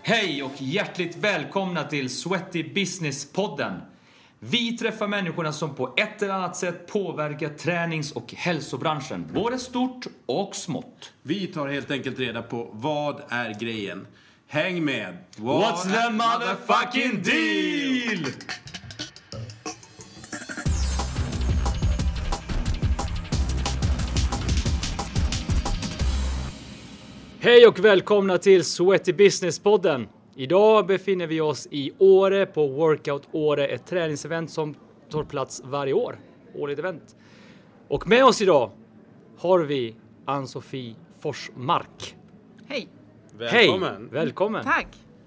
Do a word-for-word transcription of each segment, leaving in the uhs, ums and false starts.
Hej och hjärtligt välkomna till Sweaty Business-podden. Vi träffar människorna som på ett eller annat sätt påverkar tränings- och hälsobranschen, både stort och smått. Vi tar helt enkelt reda på vad är grejen. Häng med! What What's the motherfucking deal? Hej och välkomna till Sweaty Business-podden. Idag befinner vi oss i Åre på Workout Åre, ett träningsevent som tar plats varje år. Årligt event. Och med oss idag har vi Ann-Sofie Forsmark. Hej. Välkommen. Hej, välkommen. Tack.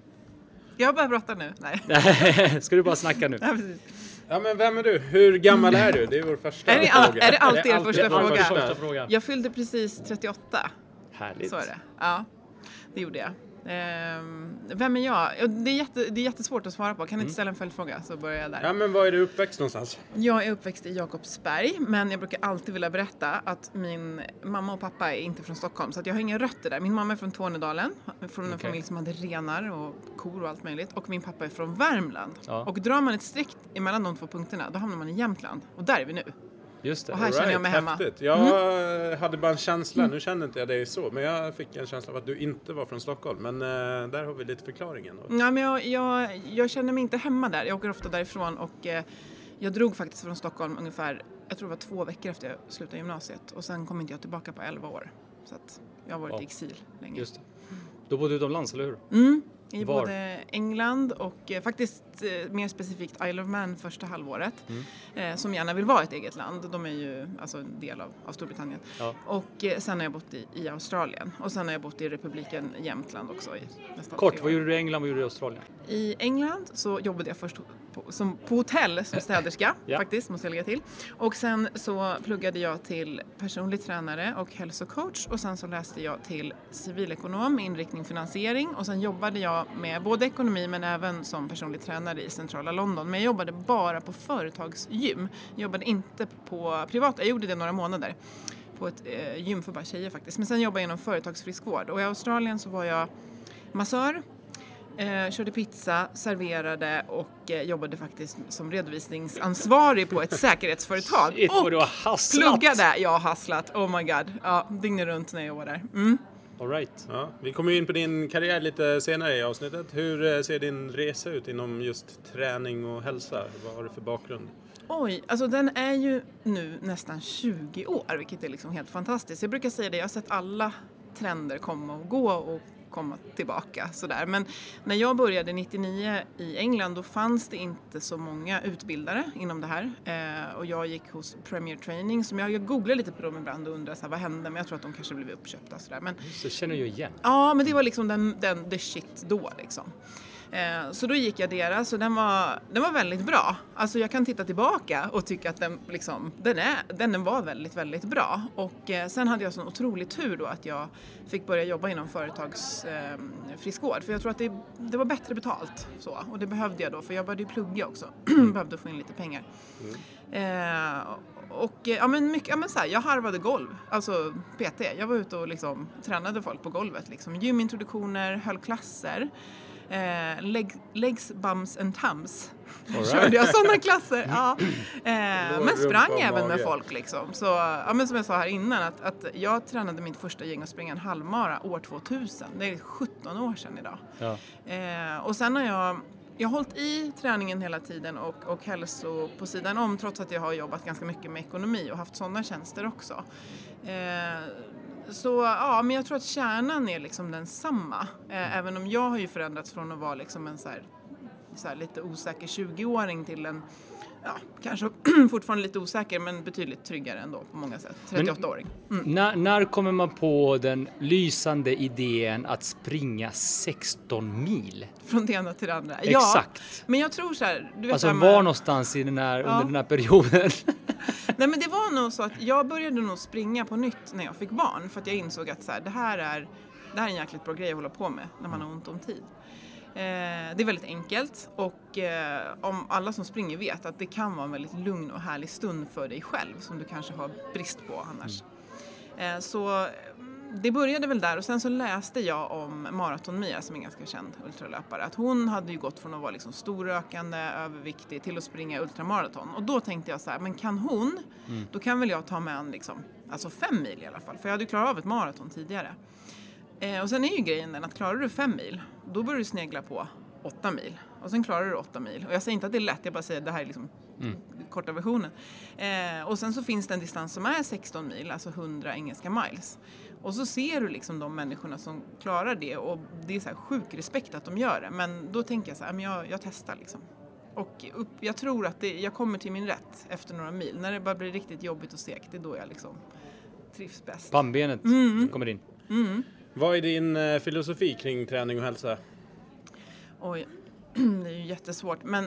Jag börjar prata nu. Nej. Ska du bara snacka nu? Ja, precis. Ja, men vem är du? Hur gammal är du? Det är vår första Är det, all, fråga. är det alltid er alltid första vår fråga? första fråga. Jag fyllde precis trettioåtta. Härligt. Så är det. Ja, det gjorde jag. Ehm, vem är jag? Det är, jätte, det är jättesvårt att svara på. Kan du inte ställa en följdfråga så börjar jag där. Ja, men var är du uppväxt någonstans? Jag är uppväxt i Jakobsberg, men jag brukar alltid vilja berätta att min mamma och pappa är inte från Stockholm, så att jag har inga rötter där. Min mamma är från Tornedalen, från en Okay. familj som hade renar och kor och allt möjligt, och min pappa är från Värmland. Ja. Och drar man ett streck emellan de två punkterna, då hamnar man i Jämtland, och där är vi nu. Just det. Och här känner jag mig hemma. Häftigt. Jag hade bara en känsla, nu kände inte jag dig så, men jag fick en känsla av att du inte var från Stockholm. Men eh, där har vi lite förklaringen. Då. Ja, men jag, jag, jag känner mig inte hemma där. Jag åker ofta därifrån, och eh, jag drog faktiskt från Stockholm ungefär, jag tror det var två veckor efter jag slutade gymnasiet. Och sen kom inte jag tillbaka på elva år. Så att jag har varit Wow. i exil länge. Just det. Då bodde du utomlands, eller hur? Mm, i Var? både England och eh, faktiskt eh, mer specifikt Isle of Man första halvåret. Mm. Eh, som gärna vill vara ett eget land. De är ju alltså en del av, av Storbritannien. Ja. Och eh, sen har jag bott i, i Australien. Och sen har jag bott i republiken Jämtland också i nästan Kort, tre år. vad gjorde du i England, vad gjorde du i Australien? I England så jobbade jag först på, som, på hotell som städerska, Ja. faktiskt, måste jag lägga till. Och sen så pluggade jag till personlig tränare och hälsocoach. Och sen så läste jag till civilekonom med inriktning finansiering. Och sen jobbade jag med både ekonomi men även som personlig tränare i centrala London. Men jag jobbade bara på företagsgym. Jag jobbade inte på privat, jag gjorde det några månader. På ett eh, gym för bara tjejer faktiskt. Men sen jobbade jag inom företagsfriskvård. Och i Australien så var jag massör. Eh, körde pizza, serverade och eh, jobbade faktiskt som redovisningsansvarig på ett säkerhetsföretag. Shit, och vad du har hasslat. pluggade. Jag har hasslat, oh my god. Ja, dygnet runt när jag var där. Mm. All right. Ja, vi kommer ju in på din karriär lite senare i avsnittet. Hur eh, ser din resa ut inom just träning och hälsa? Vad har du för bakgrund? Oj, alltså den är ju nu nästan tjugo år, vilket är liksom helt fantastiskt. Jag brukar säga det, jag har sett alla trender komma och gå och komma tillbaka sådär. Men när jag började nittionio i England, då fanns det inte så många utbildare inom det här. Eh, och jag gick hos Premier Training, som jag, jag googlade lite på dem ibland och undrade så här, vad hände? Men jag tror att de kanske blev uppköpta sådär. Men Så känner jag igen. ja, men det var liksom den, den the shit då liksom. Eh, så då gick jag deras, och den var, den var väldigt bra. Alltså jag kan titta tillbaka och tycka att den, liksom, den, är, den var väldigt, väldigt bra. Och eh, sen hade jag sån otrolig tur då att jag fick börja jobba inom företagsfriskvård. Eh, för jag tror att det, det var bättre betalt. Så. Och det behövde jag då, för jag började ju plugga också. Behövde få in lite pengar. Mm. Eh, och ja, men mycket, ja, men så här, jag harvade golv, alltså P T. Jag var ute och liksom tränade folk på golvet. Liksom. Gymintroduktioner, höll klasser. Eh, leg, legs, bums and tums. Right. Körde jag sådana klasser. Ja. Eh, Låg men sprang rumpa och även med mage. folk liksom. Så, ja, men som jag sa här innan, att, att jag tränade mitt första gäng att springa en halvmara år tvåtusen. Det är sjutton år sedan idag. Ja. Eh, och sen har jag Jag har hållit i träningen hela tiden och, och hälso på sidan om, trots att jag har jobbat ganska mycket med ekonomi och haft sådana tjänster också. Eh, så ja, men jag tror att kärnan är liksom densamma. Eh, även om jag har ju förändrats från att vara liksom en så här, så här lite osäker tjugoåring till en, ja, kanske fortfarande lite osäker men betydligt tryggare ändå på många sätt. trettioåttaåring. Mm. När, när kommer man på den lysande idén att springa sexton mil? Från det ena till det andra. Exakt. Ja, men jag tror så här, du vet Alltså det här med- var någonstans i den här, Ja. under den här perioden? Nej, men det var nog så att jag började nog springa på nytt när jag fick barn. För att jag insåg att så här, det, här är, det här är en jäkligt bra grej att hålla på med när man har ont om tid. Eh, det är väldigt enkelt, och eh, om alla som springer vet att det kan vara en väldigt lugn och härlig stund för dig själv som du kanske har brist på annars. Eh, så det började väl där och sen så läste jag om Maraton-Mia som är en ganska känd ultralöpare. Att hon hade ju gått från att vara liksom storrökande, överviktig till att springa ultramaraton. Och då tänkte jag så här, men kan hon, mm. då kan väl jag ta med en liksom, alltså fem mil i alla fall. För jag hade ju klarat av ett maraton tidigare. Eh, och sen är ju grejen den att klarar du fem mil, då börjar du snegla på åtta mil. Och sen klarar du åtta mil. Och jag säger inte att det är lätt, jag bara säger att det här är liksom mm. korta versionen. Eh, och sen så finns det en distans som är sexton mil, alltså hundra engelska miles. Och så ser du liksom de människorna som klarar det och det är så här sjuk respekt att de gör det. Men då tänker jag så här, men jag, jag testar liksom. Och upp, jag tror att det, jag kommer till min rätt efter några mil. När det bara blir riktigt jobbigt och segt, det är då jag liksom trivs bäst. Pannbenet mm. kommer in. Mm. Vad är din eh, filosofi kring träning och hälsa? Oj, det är ju jättesvårt. Men,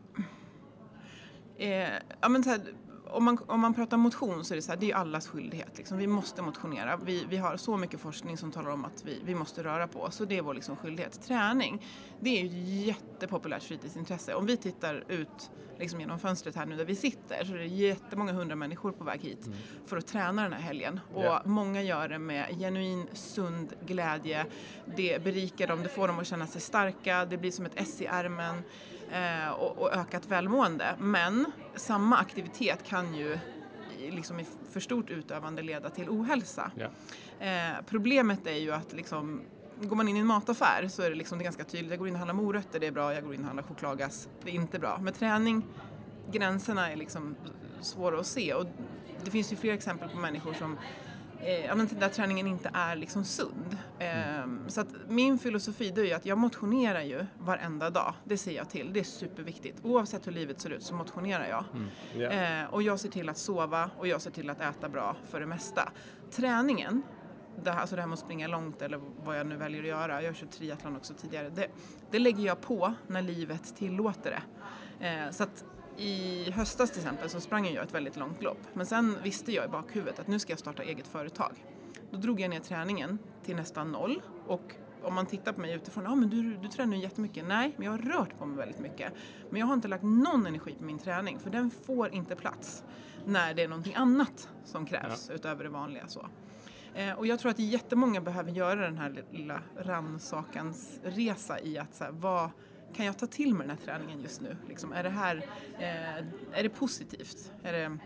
eh, ja, men så här, om, man, om man pratar motion så är det så här, det är ju allas skyldighet. Liksom. Vi måste motionera. Vi, vi har så mycket forskning som talar om att vi, vi måste röra på oss. Så det är vår liksom skyldighet. Träning, det är ju ett jättepopulärt fritidsintresse. Om vi tittar ut liksom genom fönstret här nu där vi sitter så är det jättemånga hundra människor på väg hit mm. för att träna den här helgen. Och yeah. många gör det med genuin, sund glädje. Det berikar dem, det får dem att känna sig starka. Det blir som ett ess i ärmen eh, och, och ökat välmående. Men samma aktivitet kan ju liksom i för stort utövande leda till ohälsa. Yeah. Eh, problemet är ju att liksom går man in i en mataffär så är det liksom det är ganska tydligt. Jag går in och handlar morötter, det är bra. Jag går in och handlar chokladgass, det är inte bra. Med träning, gränserna är liksom svåra att se. Och det finns ju fler exempel på människor som eh, där träningen inte är liksom sund. Eh, så att min filosofi det är ju att jag motionerar ju varenda dag. Det ser jag till, det är superviktigt. Oavsett hur livet ser ut så motionerar jag. Mm. Yeah. Eh, och jag ser till att sova och jag ser till att äta bra för det mesta. Träningen, det här, alltså det här med att springa långt eller vad jag nu väljer att göra. Jag har kört triathlon också tidigare. Det, det lägger jag på när livet tillåter det. Eh, så att i höstas till exempel så sprang jag ett väldigt långt lopp. Men sen visste jag i bakhuvudet att nu ska jag starta eget företag. Då drog jag ner träningen till nästan noll. Och om man tittar på mig utifrån, ja men du, du tränar ju jättemycket. Nej, men jag har rört på mig väldigt mycket. Men jag har inte lagt någon energi på min träning. För den får inte plats när det är någonting annat som krävs ja. utöver det vanliga så. Och jag tror att jättemånga behöver göra den här lilla rannsakans resa i att så här, vad kan jag ta till med den här träningen just nu? Liksom, är det här eh, är det positivt? Är det,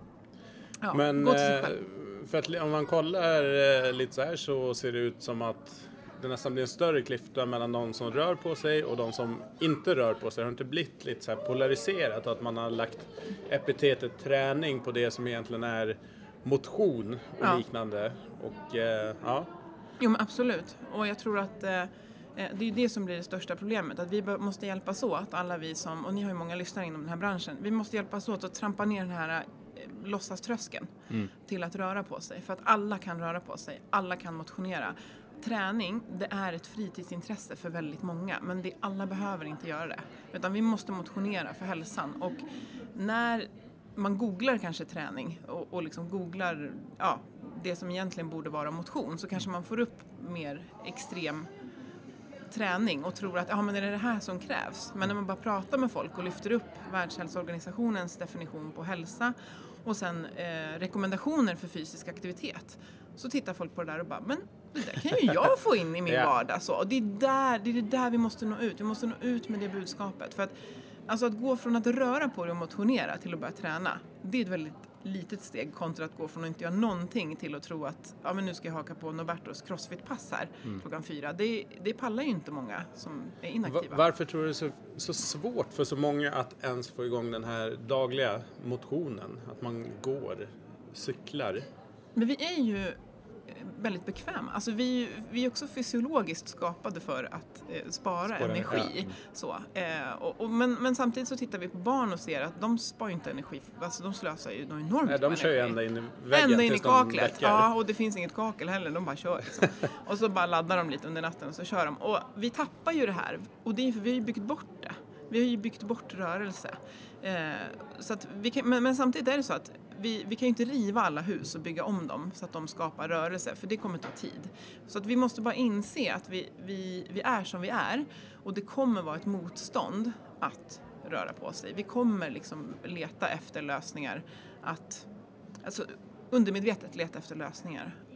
ja, men för att om man kollar eh, lite så här så ser det ut som att det nästan blir en större klyfta mellan de som rör på sig och de som inte rör på sig. Det har inte blivit lite så här polariserat att man har lagt epitetet träning på det som egentligen är motion och ja. liknande. Och, eh, ja. Jo men absolut. Och jag tror att eh, det är det som blir det största problemet. Att vi måste hjälpas åt, alla vi som, och ni har ju många lyssnare inom den här branschen. Vi måste hjälpas åt att trampa ner den här eh, låtsaströskeln mm. till att röra på sig. För att alla kan röra på sig. Alla kan motionera. Träning, det är ett fritidsintresse för väldigt många. Men det, alla behöver inte göra det. Utan vi måste motionera för hälsan. Och när man googlar kanske träning och, och liksom googlar ja, det som egentligen borde vara motion så kanske man får upp mer extrem träning och tror att ja, men är det det här som krävs. Men när man bara pratar med folk och lyfter upp Världshälsoorganisationens definition på hälsa och sen eh, rekommendationer för fysisk aktivitet så tittar folk på det där och bara men det där kan ju jag få in i min yeah. vardag. Så. Och det är, där, det är där vi måste nå ut. Vi måste nå ut med det budskapet. För att alltså att gå från att röra på det och motionera till att börja träna, det är ett väldigt litet steg kontra att gå från att inte göra någonting till att tro att ja, men nu ska jag haka på Norbertos crossfit-pass här mm. klockan fyra. Det, det pallar ju inte många som är inaktiva. Varför tror du det är så, så svårt för så många att ens få igång den här dagliga motionen? Att man går, cyklar? Men vi är ju väldigt bekväma. Alltså vi, vi är också fysiologiskt skapade för att eh, spara, spara energi. Ja. Mm. Så, eh, och, och, men, men samtidigt så tittar vi på barn och ser att de sparar inte energi. Alltså de slösar ju de enormt Nej, de med kör ju ända in i väggen ända in i kaklet. Ja, och det finns inget kakel heller. De bara kör. Liksom. Och så bara laddar de lite under natten och så kör de. Och vi tappar ju det här. Och det är för vi har ju byggt bort det. Vi har ju byggt bort rörelse. Eh, så att vi kan, men, men samtidigt är det så att vi, vi kan ju inte riva alla hus och bygga om dem så att de skapar rörelse. För det kommer ta tid. Så att vi måste bara inse att vi, vi, vi är som vi är. Och det kommer vara ett motstånd att röra på sig. Vi kommer liksom leta efter lösningar. Att, alltså undermedvetet leta efter lösningar. Att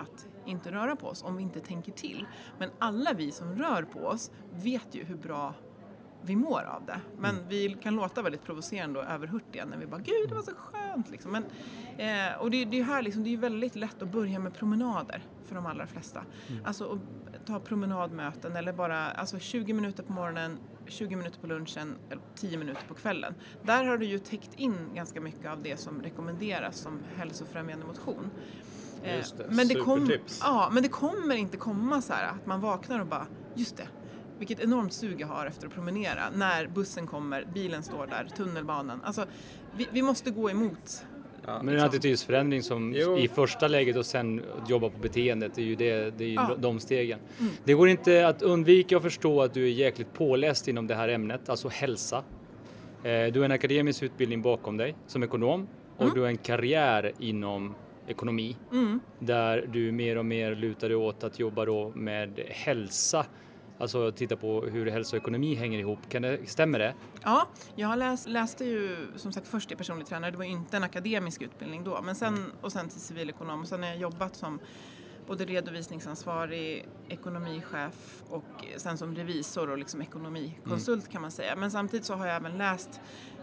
inte röra på oss om vi inte tänker till. Men alla vi som rör på oss vet ju hur bra vi mår av det. Men mm. vi kan låta väldigt provocerande och överhurtiga när vi bara, gud det var så skönt liksom. Men, eh, och det, det är här liksom, det är väldigt lätt att börja med promenader för de allra flesta. Mm. Alltså att ta promenadmöten eller bara alltså tjugo minuter på morgonen, tjugo minuter på lunchen eller tio minuter på kvällen. Där har du ju täckt in ganska mycket av det som rekommenderas som hälsofrämjande motion. Just det, men det kom, supertips. Ja, men det kommer inte komma så här att man vaknar och bara, just det. Vilket enormt sug jag har efter att promenera. När bussen kommer, bilen står där, tunnelbanan. Alltså, vi, vi måste gå emot. Ja, men liksom. En attitydsförändring som jo. i första läget och sen jobba på beteendet, det är ju, det, det är ju ja. de stegen. Mm. Det går inte att undvika att förstå att du är jäkligt påläst inom det här ämnet, alltså hälsa. Du har en akademisk utbildning bakom dig som ekonom och mm. du har en karriär inom ekonomi. Mm. Där du mer och mer lutar dig åt att jobba då med hälsa. Alltså titta på hur hälsa och ekonomi hänger ihop. Kan det, stämmer det? Ja, jag har läst, läste ju som sagt först till personlig tränare. Det var inte en akademisk utbildning då. Men sen, och sen till civilekonom. Och sen har jag jobbat som både redovisningsansvarig, ekonomichef och sen som revisor och liksom ekonomikonsult mm. kan man säga. Men samtidigt så har jag även läst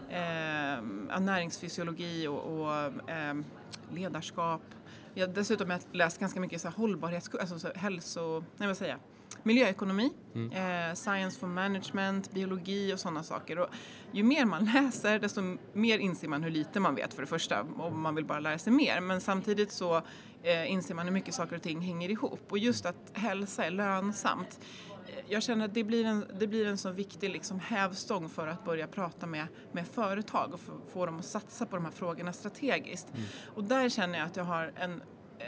eh, näringsfysiologi och, och eh, ledarskap. Jag har dessutom läst ganska mycket så här hållbarhets, alltså så hälso, nej vad säger jag? Miljöekonomi, mm. eh, science for management, biologi och sådana saker. Och ju mer man läser desto mer inser man hur lite man vet för det första. Och man vill bara lära sig mer. Men samtidigt så eh, inser man hur mycket saker och ting hänger ihop. Och just att hälsa är lönsamt. Jag känner att det blir en, det blir en så viktig liksom hävstång för att börja prata med, med företag och få, få dem att satsa på de här frågorna strategiskt. Mm. Och där känner jag att jag har en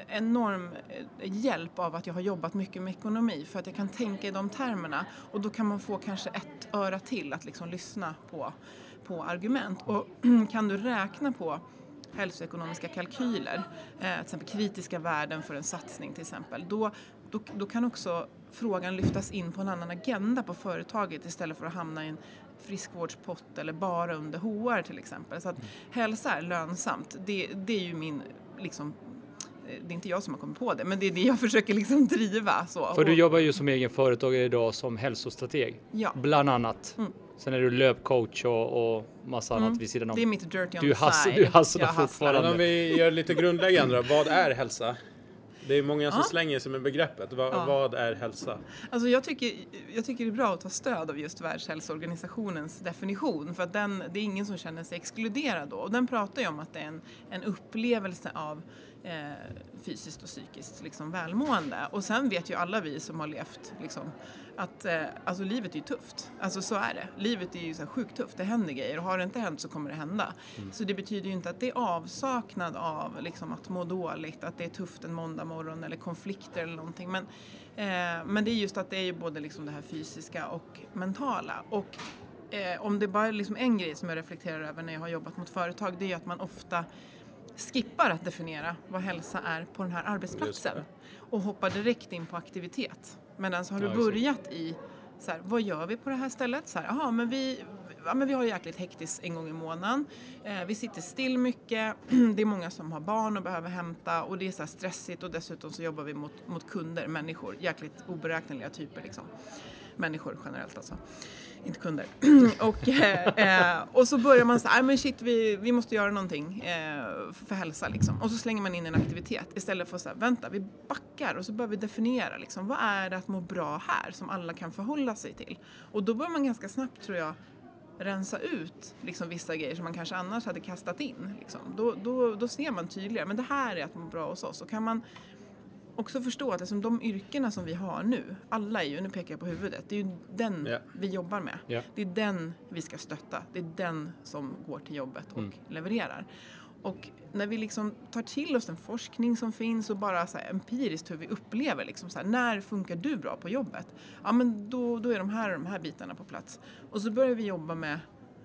enorm hjälp av att jag har jobbat mycket med ekonomi för att jag kan tänka i de termerna och då kan man få kanske ett öra till att liksom lyssna på, på argument och kan du räkna på hälsoekonomiska kalkyler, eh, till exempel kritiska värden för en satsning till exempel, då, då, då kan också frågan lyftas in på en annan agenda på företaget istället för att hamna i en friskvårdspott eller bara under H R till exempel. Så att hälsa är lönsamt, det, det är ju min liksom det är inte jag som har kommit på det, men det är det jag försöker liksom driva. Så. För du jobbar ju som egen företagare idag som hälsostrateg, ja. bland annat. Mm. Sen är du löpcoach och, och massa mm. annat vid sidan om. Det är mitt dirty on du the side. Du hasslar fortfarande. Men om vi gör lite grundläggande då, vad är hälsa? Det är många som ja. slänger sig med begreppet. Va, ja. Vad är hälsa? Alltså jag, tycker, jag tycker det är bra att ta stöd av just Världshälsoorganisationens definition. För att den, det är ingen som känner sig exkluderad då. Och den pratar ju om att det är en, en upplevelse av eh, fysiskt och psykiskt liksom, välmående. Och sen vet ju alla vi som har levt liksom, att eh, alltså, livet är ju tufft. Alltså så är det. Livet är ju så här sjukt tufft. Det händer grejer. Och har det inte hänt så kommer det hända. Mm. Så det betyder ju inte att det är avsaknad av liksom, att må dåligt. Att det är tufft en måndag morgon eller konflikter eller någonting. Men, eh, men det är just att det är ju både liksom, det här fysiska och mentala. Och eh, om det bara är liksom en grej som jag reflekterar över när jag har jobbat mot företag. Det är ju att man ofta skippar att definiera vad hälsa är på den här arbetsplatsen. Och hoppar direkt in på aktivitet. Medan så har du börjat i, så här, vad gör vi på det här stället? Så här, aha, men vi, ja, men vi har jäkligt hektiskt en gång i månaden. Eh, vi sitter still mycket. Det är många som har barn och behöver hämta. Och det är så här stressigt och dessutom så jobbar vi mot, mot kunder, människor. Jäkligt oberäkneliga typer liksom. Människor generellt alltså. Inte kunder. och, eh, och så börjar man säga, men shit, vi, vi måste göra någonting eh, för hälsa liksom. Och så slänger man in en aktivitet istället för att säga, vänta, vi backar och så börjar vi definiera liksom, vad är det att må bra här som alla kan förhålla sig till. Och då börjar man ganska snabbt, tror jag, rensa ut liksom, vissa grejer som man kanske annars hade kastat in. Liksom. Då, då, då ser man tydligare, men det här är att må bra hos oss. Och kan man också förstå att liksom, de yrkena som vi har nu, alla är ju, nu pekar jag på huvudet, det är ju den yeah. vi jobbar med. Yeah. Det är den vi ska stötta. Det är den som går till jobbet och mm. levererar. Och när vi liksom tar till oss den forskning som finns och bara så här, empiriskt hur vi upplever, liksom, så här, när funkar du bra på jobbet? Ja, men då, då är de här, de här bitarna på plats. Och så börjar vi jobba med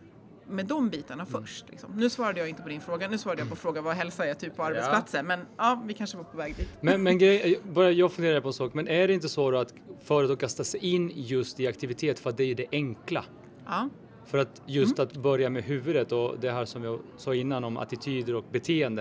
med de bitarna mm. först. Liksom. Nu svarade jag inte på din fråga. Nu svarade jag på frågan vad hälsa är typ på arbetsplatser. Ja. Men ja, vi kanske var på väg dit. Men, men grej, bara jag funderar på en sak. Men är det inte så då att företag kastar sig in just i aktivitet för att det är det enkla? Ja. För att just mm. att börja med huvudet och det här som jag sa innan om attityder och beteenden.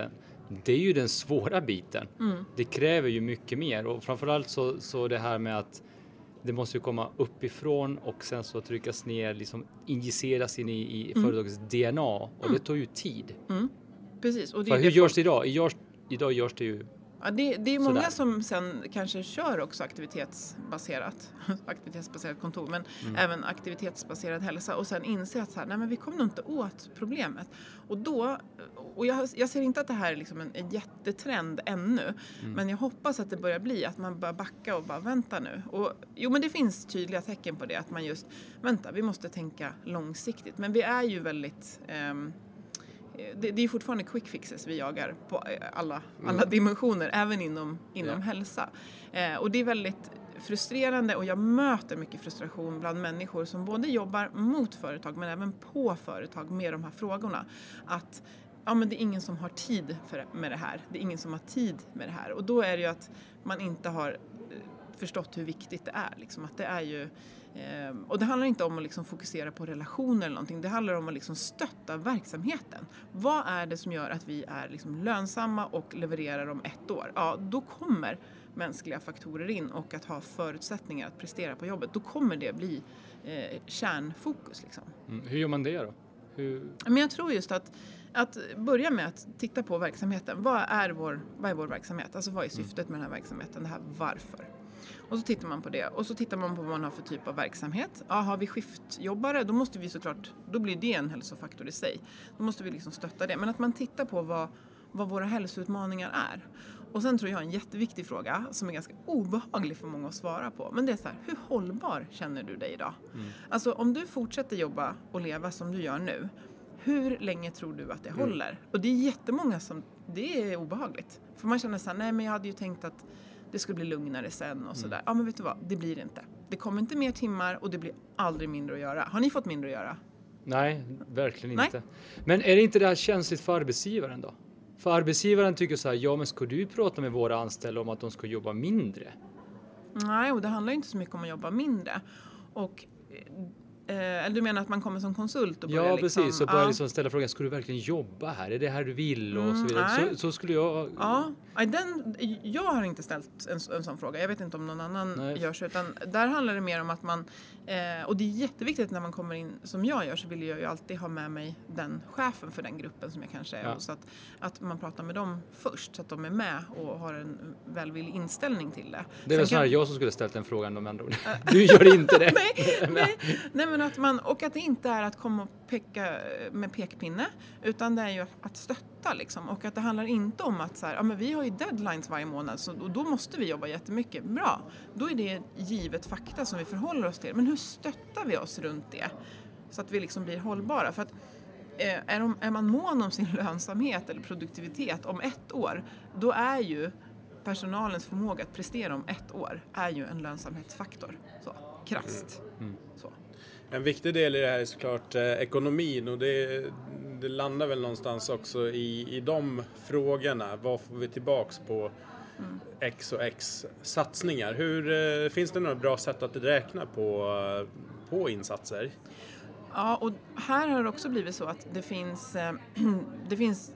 det är ju den svåra biten. Mm. Det kräver ju mycket mer och framförallt så, så det här med att det måste ju komma uppifrån och sen så tryckas ner, liksom injiceras in i, i Mm. företagets D N A och Mm. det tar ju tid. Mm. Precis. Och det För är hur det görs folk- det idag? Idag, idag görs det ju Ja, det, det är många Sådär. som sen kanske kör också aktivitetsbaserat, aktivitetsbaserat kontor, men Mm. även aktivitetsbaserad hälsa och sen inser att så här, nej, men vi kommer nog inte åt problemet. Och då, och jag, jag ser inte att det här är liksom en, en jättetrend ännu, Mm. men jag hoppas att det börjar bli att man börjar backa och bara vänta nu. Och, jo, men det finns tydliga tecken på det, att man just, vänta, vi måste tänka långsiktigt. Men vi är ju väldigt... ehm, Det, det är fortfarande quick fixes vi jagar på alla, alla dimensioner, även inom, inom Ja. hälsa. Eh, och det är väldigt frustrerande och jag möter mycket frustration bland människor som både jobbar mot företag men även på företag med de här frågorna. Att ja, men det är ingen som har tid för, med det här. Det är ingen som har tid med det här. Och då är det ju att man inte har eh, förstått hur viktigt det är. Liksom. Att det är ju... Eh, och det handlar inte om att liksom fokusera på relationer eller någonting. Det handlar om att liksom stötta verksamheten. Vad är det som gör att vi är liksom lönsamma och levererar om ett år? Ja, då kommer mänskliga faktorer in och att ha förutsättningar att prestera på jobbet. Då kommer det bli eh, kärnfokus. Liksom. Mm. Hur gör man det då? Hur... Men jag tror just att, att börja med att titta på verksamheten. Vad är vår, vad är vår verksamhet? Alltså vad är syftet med den här verksamheten? Det här varför? Och så tittar man på det. Och så tittar man på vad man har för typ av verksamhet. Ja, har vi skiftjobbare, då måste vi såklart, då blir det en hälsofaktor i sig. Då måste vi liksom stötta det. Men att man tittar på vad, vad våra hälsoutmaningar är. Och sen tror jag en jätteviktig fråga som är ganska obehaglig för många att svara på. Men det är så här, hur hållbar känner du dig idag? Mm. Alltså om du fortsätter jobba och leva som du gör nu, hur länge tror du att det mm. håller? Och det är jättemånga som, det är obehagligt. För man känner så här, nej men jag hade ju tänkt att det skulle bli lugnare sen och sådär. Mm. Ja men vet du vad, det blir det inte. Det kommer inte mer timmar och det blir aldrig mindre att göra. Har ni fått mindre att göra? Nej, verkligen Nej. inte. Men är det inte det här känsligt för arbetsgivaren då? För arbetsgivaren tycker så här, ja men ska du prata med våra anställda om att de ska jobba mindre? Nej, och det handlar inte så mycket om att jobba mindre. Och eh, du menar att man kommer som konsult och börjar Ja, liksom, precis. Och börjar ja. liksom ställa frågan, ska du verkligen jobba här? Är det här du vill? Och så Mm, vidare. nej. Så, så skulle jag... Ja, nej, den, jag har inte ställt en, en sån fråga. Jag vet inte om någon annan Nej. gör så. Utan där handlar det mer om att man... Eh, och det är jätteviktigt när man kommer in som jag gör, så vill jag ju alltid ha med mig den chefen för den gruppen som jag kanske är. Ja. Så att, att man pratar med dem först så att de är med och har en välvillig inställning till det. Det är väl Sen snarare kan- jag som skulle ställt den frågan om ändå. Du gör inte det. nej, nej, nej, men att man, och att det inte är att komma och peka med pekpinne, utan det är ju att stötta liksom. Och att det handlar inte om att så här, ja, men vi har ju deadlines varje månad så, och då måste vi jobba jättemycket. Bra, då är det givet fakta som vi förhåller oss till. Men hur stöttar vi oss runt det så att vi liksom blir hållbara? För att eh, är, de, är man mån om sin lönsamhet eller produktivitet om ett år, då är ju personalens förmåga att prestera om ett år är ju en lönsamhetsfaktor. Så, krasst. Mm. Så. En viktig del i det här är såklart eh, ekonomin, och det, det landar väl någonstans också i, i de frågorna. Vad får vi tillbaks på Mm. X och X satsningar? Hur, eh, finns det några bra sätt att räkna på, eh, på insatser? Ja, och här har det också blivit så att det finns, eh, det finns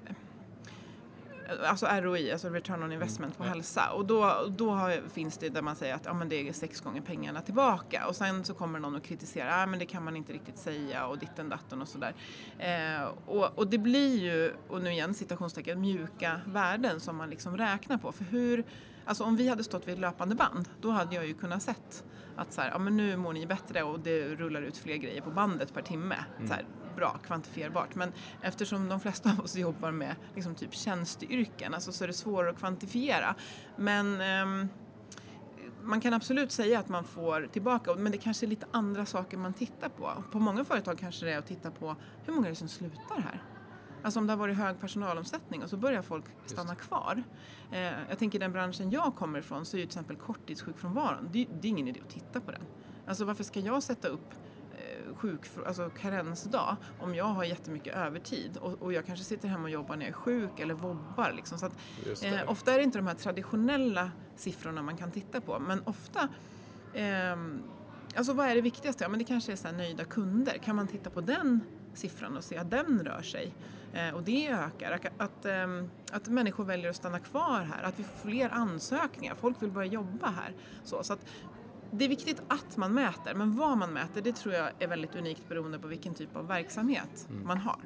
alltså R O I, alltså return on investment på Mm. hälsa. Och då, då har, finns det där man säger att ja, men det är sex gånger pengarna tillbaka. Och sen så kommer någon och kritiserar, ja men det kan man inte riktigt säga och ditten datten och sådär. Eh, och, och det blir ju, och nu igen citationstecken, mjuka värden som man liksom räknar på. För hur, alltså om vi hade stått vid ett löpande band, då hade jag ju kunnat sett att så här, ja men nu mår ni bättre och det rullar ut fler grejer på bandet per timme. Mm. Så här, bra, kvantifierbart. Men eftersom de flesta av oss jobbar med liksom typ tjänsteyrken, alltså, så är det svårare att kvantifiera. Men ehm, man kan absolut säga att man får tillbaka, men det kanske är lite andra saker man tittar på. På många företag kanske det är att titta på hur många är det som slutar här. Alltså om det har varit hög personalomsättning och så börjar folk stanna kvar. Eh, jag tänker den branschen jag kommer ifrån så är ju till exempel korttidssjukfrånvaron. Det, det är ingen idé att titta på den. Alltså varför ska jag sätta upp eh, sjuk, alltså karensdag om jag har jättemycket övertid och, och jag kanske sitter hemma och jobbar när jag är sjuk eller vobbar liksom. Så att, Just det. eh, ofta är det inte de här traditionella siffrorna man kan titta på, men ofta ehm, alltså vad är det viktigaste? Ja, men det kanske är så här nöjda kunder. Kan man titta på den siffran och se att den rör sig? Eh, och det ökar. Att, att, eh, att människor väljer att stanna kvar här. Att vi får fler ansökningar. Folk vill börja jobba här. Så, så att det är viktigt att man mäter. Men vad man mäter, det tror jag är väldigt unikt beroende på vilken typ av verksamhet mm. man har.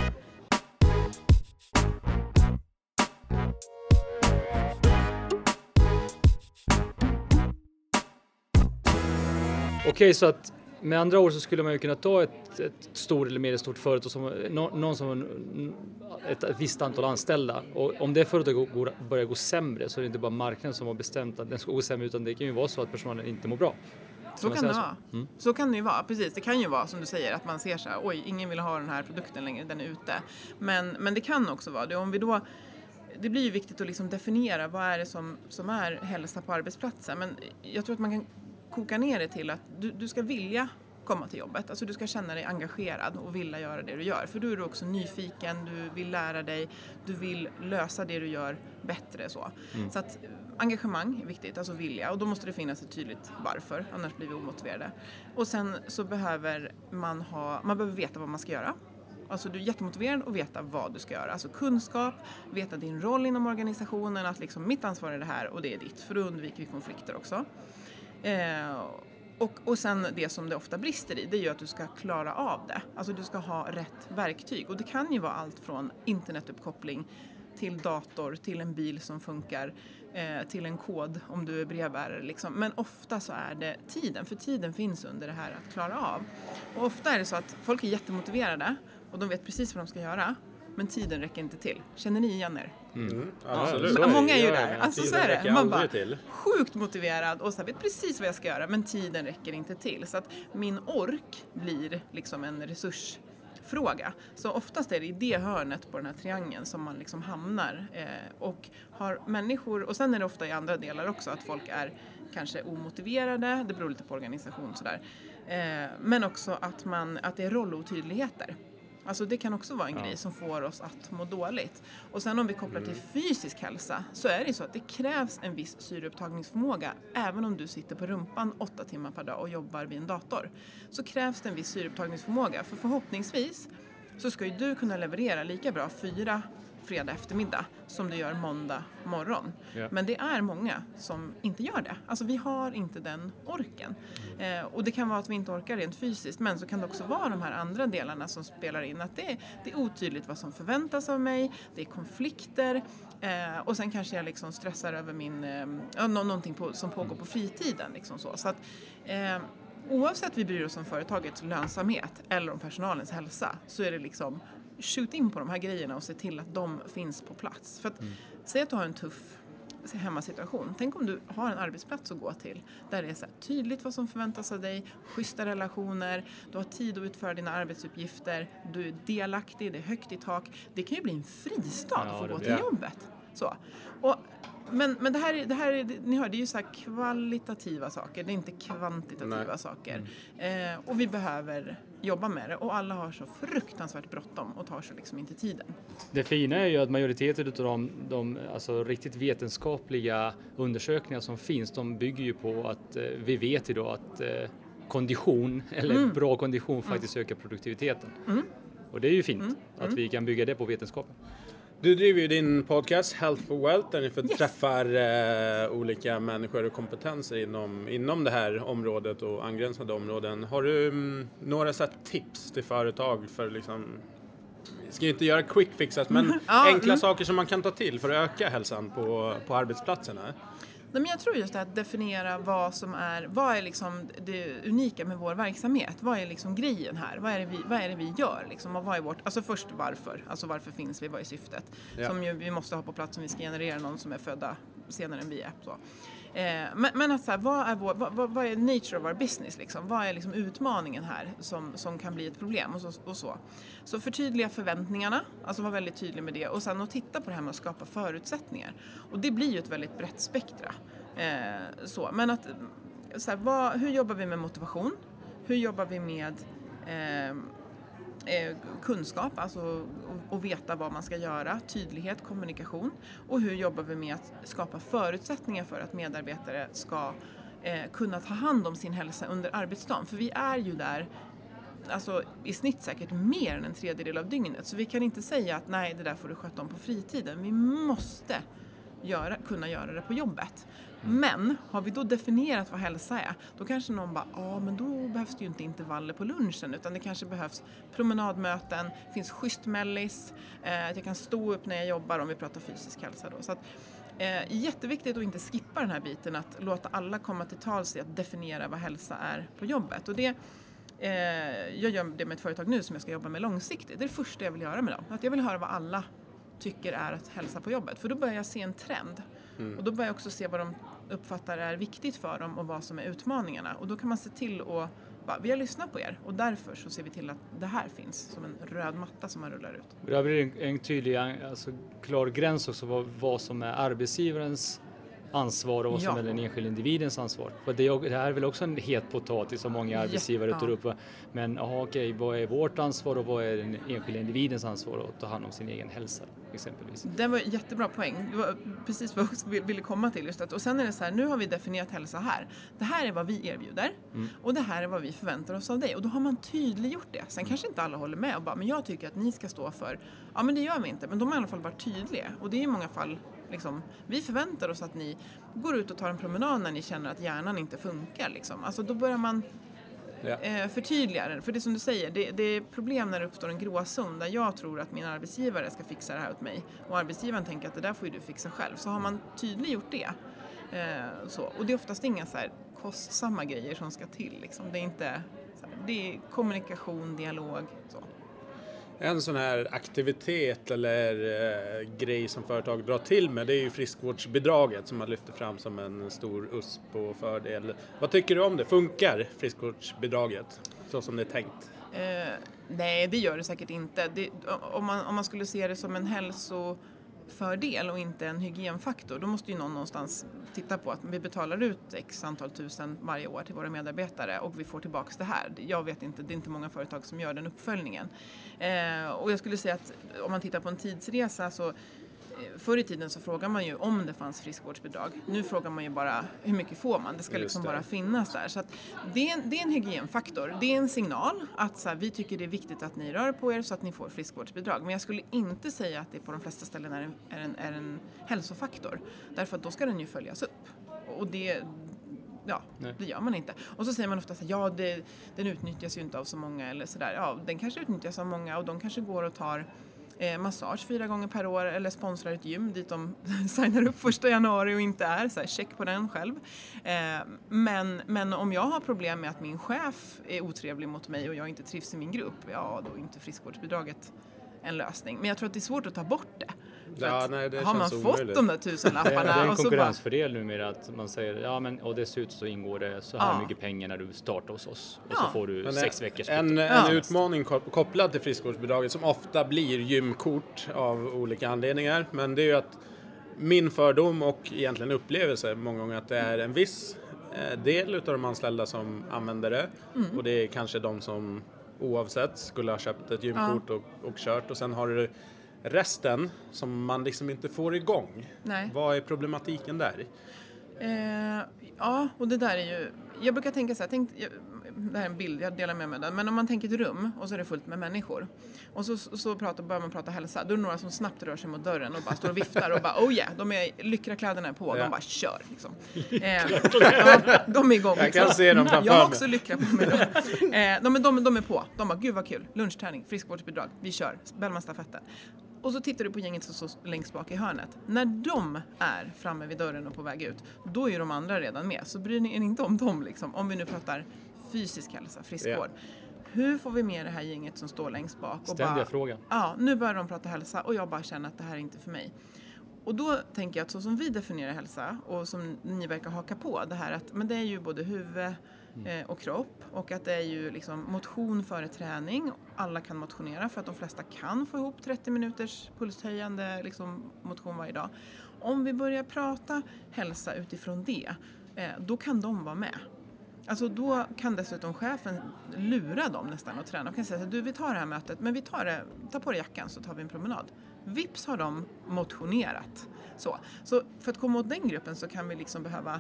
Okej, så att med andra ord så skulle man ju kunna ta ett, ett stort eller medelstort företag som någon som har ett, ett visst antal anställda, och om det företaget går, börjar gå sämre så är det inte bara marknaden som har bestämt att den ska gå sämre, utan det kan ju vara så att personalen inte mår bra. Så kan det vara. Mm. Så kan det ju vara, precis. Det kan ju vara som du säger att man ser så här, oj, ingen vill ha den här produkten längre, den är ute. Men, men det kan också vara det. Om vi då, det blir ju viktigt att liksom definiera vad är det som, som är hälsa på arbetsplatsen. Men jag tror att man kan koka ner det till att du, du ska vilja komma till jobbet. Alltså du ska känna dig engagerad och vilja göra det du gör. För du är också nyfiken, du vill lära dig, du vill lösa det du gör bättre. Så, mm. så att engagemang är viktigt, alltså vilja. Och då måste det finnas ett tydligt varför, annars blir vi omotiverade. Och sen så behöver man ha, man behöver veta vad man ska göra. Alltså du är jättemotiverad att veta vad du ska göra. Alltså kunskap, veta din roll inom organisationen, att liksom mitt ansvar är det här och det är ditt. För då undviker vi konflikter också. Eh, och, och sen det som det ofta brister i, det är ju att du ska klara av det. Alltså du ska ha rätt verktyg. Och det kan ju vara allt från internetuppkoppling till dator, till en bil som funkar, eh, till en kod om du är brevbärare. Liksom. Men ofta så är det tiden, för tiden finns under det här att klara av. Och ofta är det så att folk är jättemotiverade och de vet precis vad de ska göra. Men tiden räcker inte till. Känner ni igen er? Mm. Absolut. Ja, många är ju där. Alltså tiden så är det. Man bara till. Sjukt motiverad och så här, vet precis vad jag ska göra. Men tiden räcker inte till. Så att min ork blir liksom en resursfråga. Så oftast är det i det hörnet på den här triangeln som man liksom hamnar. Eh, och har människor, och sen är det ofta i andra delar också att folk är kanske omotiverade. Det beror lite på organisation sådär. Eh, men också att, man, att det är rollotydligheter. Alltså det kan också vara en ja. grej som får oss att må dåligt. Och sen om vi kopplar till fysisk hälsa så är det så att det krävs en viss syreupptagningsförmåga. Även om du sitter på rumpan åtta timmar per dag och jobbar vid en dator. Så krävs det en viss syreupptagningsförmåga. För förhoppningsvis så ska ju du kunna leverera lika bra fyra fredag eftermiddag som du gör måndag morgon. Yeah. Men det är många som inte gör det. Alltså vi har inte den orken. Mm. Eh, och det kan vara att vi inte orkar rent fysiskt, men så kan det också vara de här andra delarna som spelar in. Att det är, det är otydligt vad som förväntas av mig, det är konflikter eh, och sen kanske jag liksom stressar över min, eh, någonting på, som pågår på fritiden. Liksom så. Så att, eh, oavsett vi bryr oss om företagets lönsamhet eller om personalens hälsa så är det liksom skjut in på de här grejerna och se till att de finns på plats. För att mm. säg att du har en tuff hemmasituation. Tänk om du har en arbetsplats att gå till där det är så här tydligt vad som förväntas av dig, schyssta relationer, du har tid att utföra dina arbetsuppgifter, du är delaktig, det är högt i tak. Det kan ju bli en fristad ja, att få gå till ja. jobbet. Så. Och Men, men det här, det här ni hör, det är ju så här kvalitativa saker, det är inte kvantitativa Nej. saker. Mm. Eh, och vi behöver jobba med det och alla har så fruktansvärt bråttom och tar så liksom inte tiden. Det fina är ju att majoriteten av de, de alltså, riktigt vetenskapliga undersökningar som finns, de bygger ju på att eh, vi vet idag att eh, kondition eller mm. bra kondition faktiskt mm. ökar produktiviteten. Mm. Och det är ju fint mm. att mm. vi kan bygga det på vetenskapen. Du driver ju din podcast Health for Wealth där ni får yes. träffar eh, olika människor och kompetenser inom, inom det här området och angränsande områden. Har du mm, några så här tips till företag för liksom, jag ska ju inte göra quick fixes men ja, enkla mm. saker som man kan ta till för att öka hälsan på, på arbetsplatserna? Nej, men jag tror just det att definiera vad som är, vad är liksom det unika med vår verksamhet. Vad är liksom grejen här? Vad är det vi, vad är det vi gör? Liksom? Och vad är vårt, alltså först varför? Alltså varför finns vi? Vad är syftet? Ja. Som ju vi måste ha på plats om vi ska generera någon som är födda senare än vi är. Så. Eh, men, men att så här, vad är vår, vad, vad är nature of our business? Liksom? Vad är liksom utmaningen här som, som kan bli ett problem? Och så, och så. så förtydliga förväntningarna, alltså vara väldigt tydlig med det. Och sen att titta på det här med att skapa förutsättningar. Och det blir ju ett väldigt brett spektra. Eh, så. Men att, så här, vad, hur jobbar vi med motivation? Hur jobbar vi med eh, eh, kunskap, alltså och, och veta vad man ska göra, tydlighet, kommunikation. Och hur jobbar vi med att skapa förutsättningar för att medarbetare ska eh, kunna ta hand om sin hälsa under arbetsdagen. För vi är ju där alltså, i snitt säkert mer än en tredjedel av dygnet. Så vi kan inte säga att nej, det där får du sköta om på fritiden. Vi måste göra, kunna göra det på jobbet. Men har vi då definierat vad hälsa är, då kanske någon bara, ja men då behövs det ju inte intervaller på lunchen, utan det kanske behövs promenadmöten, finns schysst mellis, eh, att jag kan stå upp när jag jobbar, om vi pratar fysisk hälsa då. Så att, eh, jätteviktigt att inte skippa den här biten, att låta alla komma till tals i att definiera vad hälsa är på jobbet. Och det, eh, jag gör det med ett företag nu som jag ska jobba med långsiktigt. Det är det första jag vill göra med dem, att jag vill höra vad alla tycker är att hälsa på jobbet. För då börjar jag se en trend. Mm. Och då börjar jag också se vad de uppfattar är viktigt för dem och vad som är utmaningarna. Och då kan man se till att bara, vi har lyssnat på er och därför så ser vi till att det här finns som en röd matta som man rullar ut. Det blir en, en tydlig, alltså, klar gräns också vad, vad som är arbetsgivarens ansvar och vad som ja. är den enskilda individens ansvar. För det, det här är väl också en het potatis som många arbetsgivare ja. tar upp. Men aha, okej, vad är vårt ansvar och vad är den enskilda individens ansvar att ta hand om sin egen hälsa exempelvis? Det var en jättebra poäng. Det var precis vad jag ville komma till. Just att, och sen är det så här, nu har vi definierat hälsa här. Det här är vad vi erbjuder mm. och det här är vad vi förväntar oss av dig. Och då har man tydliggjort det. Sen mm. kanske inte alla håller med och bara, men jag tycker att ni ska stå för, ja men det gör vi inte. Men de har i alla fall varit tydliga. Och det är i många fall liksom, vi förväntar oss att ni går ut och tar en promenad när ni känner att hjärnan inte funkar. Liksom. Alltså då börjar man ja. eh, förtydliga det. För det som du säger, det, det är problem när det uppstår en gråzon där jag tror att min arbetsgivare ska fixa det här åt mig. Och arbetsgivaren tänker att det där får ju du fixa själv. Så har man tydliggjort det. Eh, så. Och det är oftast inga så här kostsamma grejer som ska till. Liksom. Det är inte så här, det är kommunikation, dialog, så. En sån här aktivitet eller eh, grej som företag drar till med, det är ju friskvårdsbidraget som man lyfter fram som en stor U S P och fördel. Vad tycker du om det? Funkar friskvårdsbidraget så som det är tänkt? Eh, nej, det gör det säkert inte. Det, om, man, om man skulle se det som en hälsofördel och inte en hygienfaktor, då måste ju någon någonstans titta på att vi betalar ut x antal tusen varje år till våra medarbetare och vi får tillbaka det här. Jag vet inte, det är inte många företag som gör den uppföljningen. Eh, och jag skulle säga att om man tittar på en tidsresa så förr i tiden så frågar man ju om det fanns friskvårdsbidrag. Nu frågar man ju bara hur mycket får man. Det ska liksom det. bara finnas där. Så att det, är en, det är en hygienfaktor. Det är en signal att så här, vi tycker det är viktigt att ni rör på er så att ni får friskvårdsbidrag. Men jag skulle inte säga att det på de flesta ställen är en, är en, är en hälsofaktor. Därför att då ska den ju följas upp. Och det... Ja, Nej. det gör man inte. Och så säger man ofta att ja, det, den utnyttjas ju inte av så många eller sådär. Ja, den kanske utnyttjas av många och de kanske går och tar eh, massage fyra gånger per år eller sponsrar ett gym dit de signar upp första januari och inte är. Så här, check på den själv. Eh, men, men om jag har problem med att min chef är otrevlig mot mig och jag inte trivs i min grupp, ja, då är inte friskvårdsbidraget en lösning. Men jag tror att det är svårt att ta bort det. Ja, nej, det har man fått omöjligt. de där tusenlapparna? Det är en och så konkurrensfördel numera att man säger ja men och dessutom så ingår det så här ja. mycket pengar när du startar hos oss och ja. så får du men sex veckors en, en ja. utmaning kopplad till friskvårdsbidraget som ofta blir gymkort av olika anledningar, men det är ju att min fördom och egentligen upplevelse många gånger att det är en viss del av de anställda som använder det mm. och det är kanske de som oavsett skulle ha köpt ett gymkort ja. och, och kört och sen har du resten som man liksom inte får igång. Nej. Vad är problematiken där? Eh, ja, och det där är ju... Jag brukar tänka så här, tänk, jag, det här är en bild, jag delar med mig den. Men om man tänker ett rum och så är det fullt med människor. Och så, så pratar, börjar man prata hälsa. Då är det några som snabbt rör sig mot dörren och bara står och viftar och bara oh yeah, de är lyckrakläderna är på. Ja. De bara kör liksom. Eh, ja, de är igång. Jag kan se dem framför Jag har också lyckra på mig. Eh, de, de, de är på. De bara gud vad kul. Lunchträning, friskvårdsbidrag. Vi kör. Bellman-stafetten. Och så tittar du på gänget som står längst bak i hörnet. När de är framme vid dörren och på väg ut, då är ju de andra redan med. Så bryr ni er inte om dem liksom. Om vi nu pratar fysisk hälsa, friskvård. Yeah. Hur får vi med det här gänget som står längst bak? Och Ständiga bara, frågan. Ja, nu börjar de prata hälsa och jag bara känner att det här är inte för mig. Och då tänker jag att så som vi definierar hälsa och som ni verkar haka på det här att men det är ju både huvud eh, och kropp och att det är ju liksom motion före träning. Alla kan motionera för att de flesta kan få ihop trettio minuters pulshöjande liksom, motion varje dag. Om vi börjar prata hälsa utifrån det, eh, då kan de vara med. Alltså då kan dessutom chefen lura dem nästan och träna och kan säga att du vi tar det här mötet men vi tar det, tar på dig jackan så tar vi en promenad. Vips har de motionerat. Så, så för att komma åt den gruppen så kan vi liksom behöva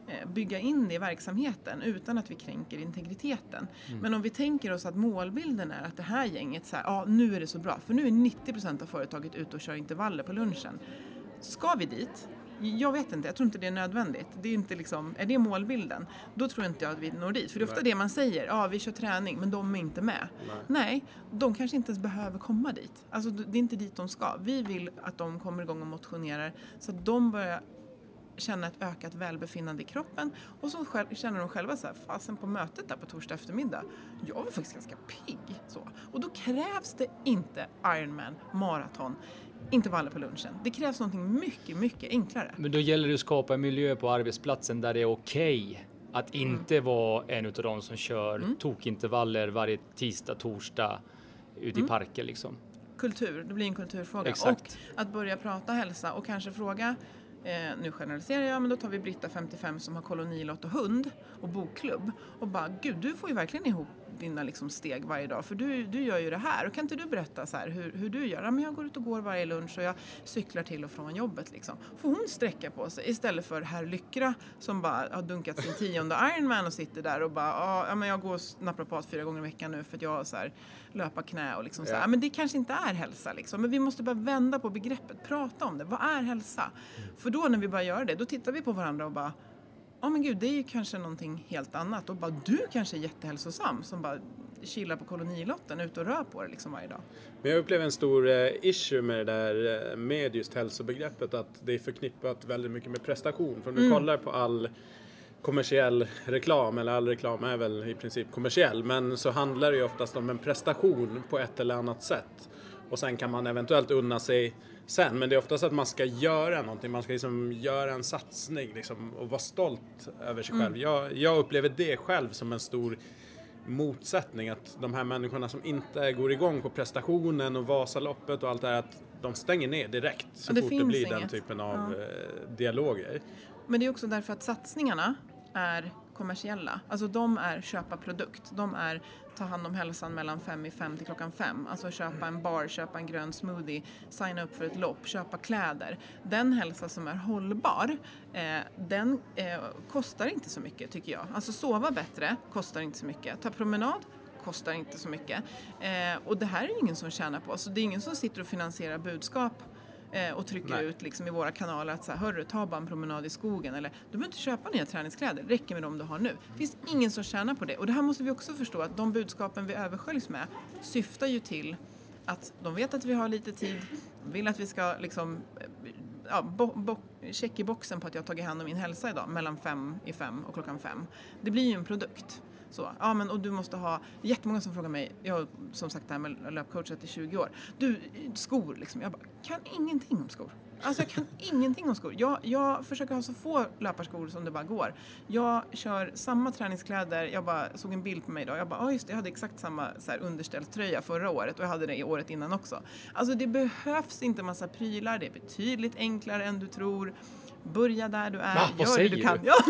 bygga in det i verksamheten utan att vi kränker integriteten. Mm. Men om vi tänker oss att målbilden är att det här gänget, så här, ja, nu är det så bra, för nu är nittio procent av företaget ute och kör intervaller på lunchen. Ska vi dit? Jag vet inte, jag tror inte det är nödvändigt. Det är, inte liksom, är det målbilden? Då tror inte jag att vi når dit. För det är ofta Nej. det man säger, ja vi kör träning men de är inte med. Nej. Nej, de kanske inte ens behöver komma dit. Alltså det är inte dit de ska. Vi vill att de kommer igång och motionerar så att de börjar känna ett ökat välbefinnande i kroppen. Och så själv, känner de själva så här, fasen på mötet där på torsdag eftermiddag. Jag var faktiskt ganska pigg. Så. Och då krävs det inte Ironman, maraton, intervaller på lunchen. Det krävs någonting mycket, mycket enklare. Men då gäller det att skapa en miljö på arbetsplatsen där det är okej okay att inte mm. vara en av de som kör mm. tokintervaller varje tisdag, torsdag ute mm. i parker liksom. Kultur, det blir en kulturfråga. Exakt. Och att börja prata hälsa och kanske fråga, eh, nu generaliserar jag, men då tar vi Britta femtiofem som har kolonilott och hund och bokklubb och bara, gud du får ju verkligen ihop dina liksom steg varje dag, för du, du gör ju det här, och kan inte du berätta så här hur, hur du gör? Ja, men jag går ut och går varje lunch och jag cyklar till och från jobbet liksom. Får hon sträcka på sig istället för herr Lyckra som bara har dunkat sin tionde Ironman och sitter där och bara, ja men jag går naprapat fyra gånger i veckan nu för att jag har så här löpa knä och liksom så här. Ja, men det kanske inte är hälsa liksom, men vi måste bara vända på begreppet, prata om det, vad är hälsa? Mm. För då när vi bara gör det, då tittar vi på varandra och bara, ja men gud, det är ju kanske någonting helt annat. Och bara du kanske är jättehälsosam som bara chillar på kolonilotten ut och rör på det liksom varje dag. Men jag upplever en stor eh, issue med det där eh, med just hälsobegreppet, att det är förknippat väldigt mycket med prestation. För om du mm. kollar på all kommersiell reklam, eller all reklam är väl i princip kommersiell, men så handlar det ju oftast om en prestation på ett eller annat sätt. Och sen kan man eventuellt unna sig sen, men det är oftast att man ska göra någonting, man ska liksom göra en satsning liksom, och vara stolt över sig själv. Mm. Jag, jag upplever det själv som en stor motsättning, att de här människorna som inte går igång på prestationen och Vasaloppet och allt det här, att de stänger ner direkt så det fort det blir inget. den typen av ja. dialoger. Men det är också därför att satsningarna är kommersiella. Alltså de är köpa produkt. De är ta hand om hälsan mellan fem i fem till klockan fem. Alltså köpa en bar, köpa en grön smoothie, signa upp för ett lopp, köpa kläder. Den hälsa som är hållbar, eh, den eh, kostar inte så mycket tycker jag. Alltså sova bättre kostar inte så mycket. Ta promenad kostar inte så mycket. Eh, och det här är ingen som tjänar på. Så det är ingen som sitter och finansierar budskap och trycker Nej. ut liksom i våra kanaler att så här, hörru, ta bara en promenad i skogen, eller du behöver inte köpa nya träningskläder, det räcker med dem du har nu. Det finns ingen som tjänar på det, och det här måste vi också förstå, att de budskapen vi översköljs med syftar ju till att de vet att vi har lite tid, vill att vi ska liksom ja, bo, bo, check i boxen på att jag har tagit hand om min hälsa idag mellan fem i fem och klockan fem. Det blir ju en produkt. Så, ja, men, och du måste ha, jättemånga som frågar mig, jag har som sagt det här med löpcoachat i tjugo år, du, skor liksom, jag bara, kan ingenting om skor. Alltså jag kan ingenting om skor. Jag, jag försöker ha så få löparskor som det bara går. Jag kör samma träningskläder, jag bara såg en bild på mig idag, jag bara, ja just det, jag hade exakt samma så här, underställströja förra året och jag hade det i året innan också. Alltså det behövs inte massa prylar, det är betydligt enklare än du tror. Börja där du är. Va, vad Gör säger det du du? kan. Ja.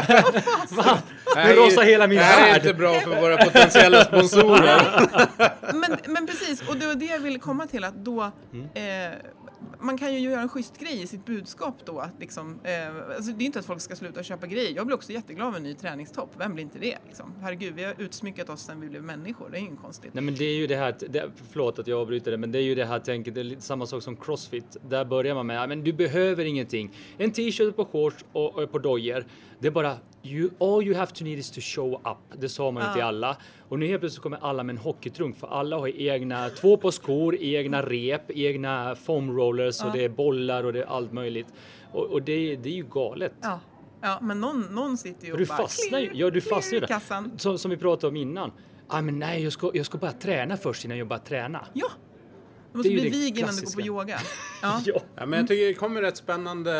Va? Nu rasar hela min värld. Det här är inte bra för våra potentiella sponsorer. men, men precis, och det var det jag ville komma till, att då mm. eh, man kan ju göra en schysst grej i sitt budskap då. Att liksom, eh, alltså det är inte att folk ska sluta köpa grejer. Jag blir också jätteglad av en ny träningstopp. Vem blir inte det? Liksom? Herregud, vi har utsmyckat oss sen vi blev människor. Det är ju konstigt. Nej, men det är ju det här, det, förlåt att jag avbryter det, men det är ju det här tänket, det är lite samma sak som CrossFit. Där börjar man med, ja, men du behöver ingenting. En t-shirt på shorts och, och på dojer. Det är bara, you, all you have to need is to show up. Det sa man ju ja. till alla. Och nu helt plötsligt kommer alla med en hockeytrunk, för alla har egna, två på skor, egna rep, egna foam rollers ja. och det är bollar och det är allt möjligt. Och, och det, det är ju galet. Ja. Ja, men någon, någon sitter ju och du bara fastnar ju, ja, du fastnar ju kassan. Som, som vi pratade om innan. Ah, men nej, jag ska, jag ska bara träna först innan jag bara träna. Ja. Du måste bli vig innan du går på yoga. Ja. ja. ja, men jag tycker det kommer ett spännande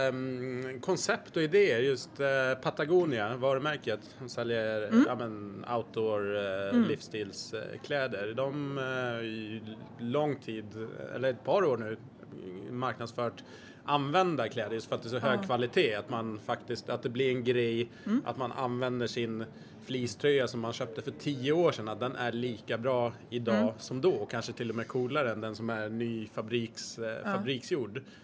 um, koncept och idéer. Just uh, Patagonia, varumärket. De säljer mm. ja, men, outdoor uh, mm. livsstilskläder. De uh, i lång tid, eller ett par år nu, marknadsfört använda kläder just för att det är så hög ja. kvalitet. Att man faktiskt, att det blir en grej, mm. att man använder sin fleecetröja som man köpte för tio år sedan, att den är lika bra idag mm. som då, och kanske till och med coolare än den som är ny fabriks, eh, ja. fabriksgjord.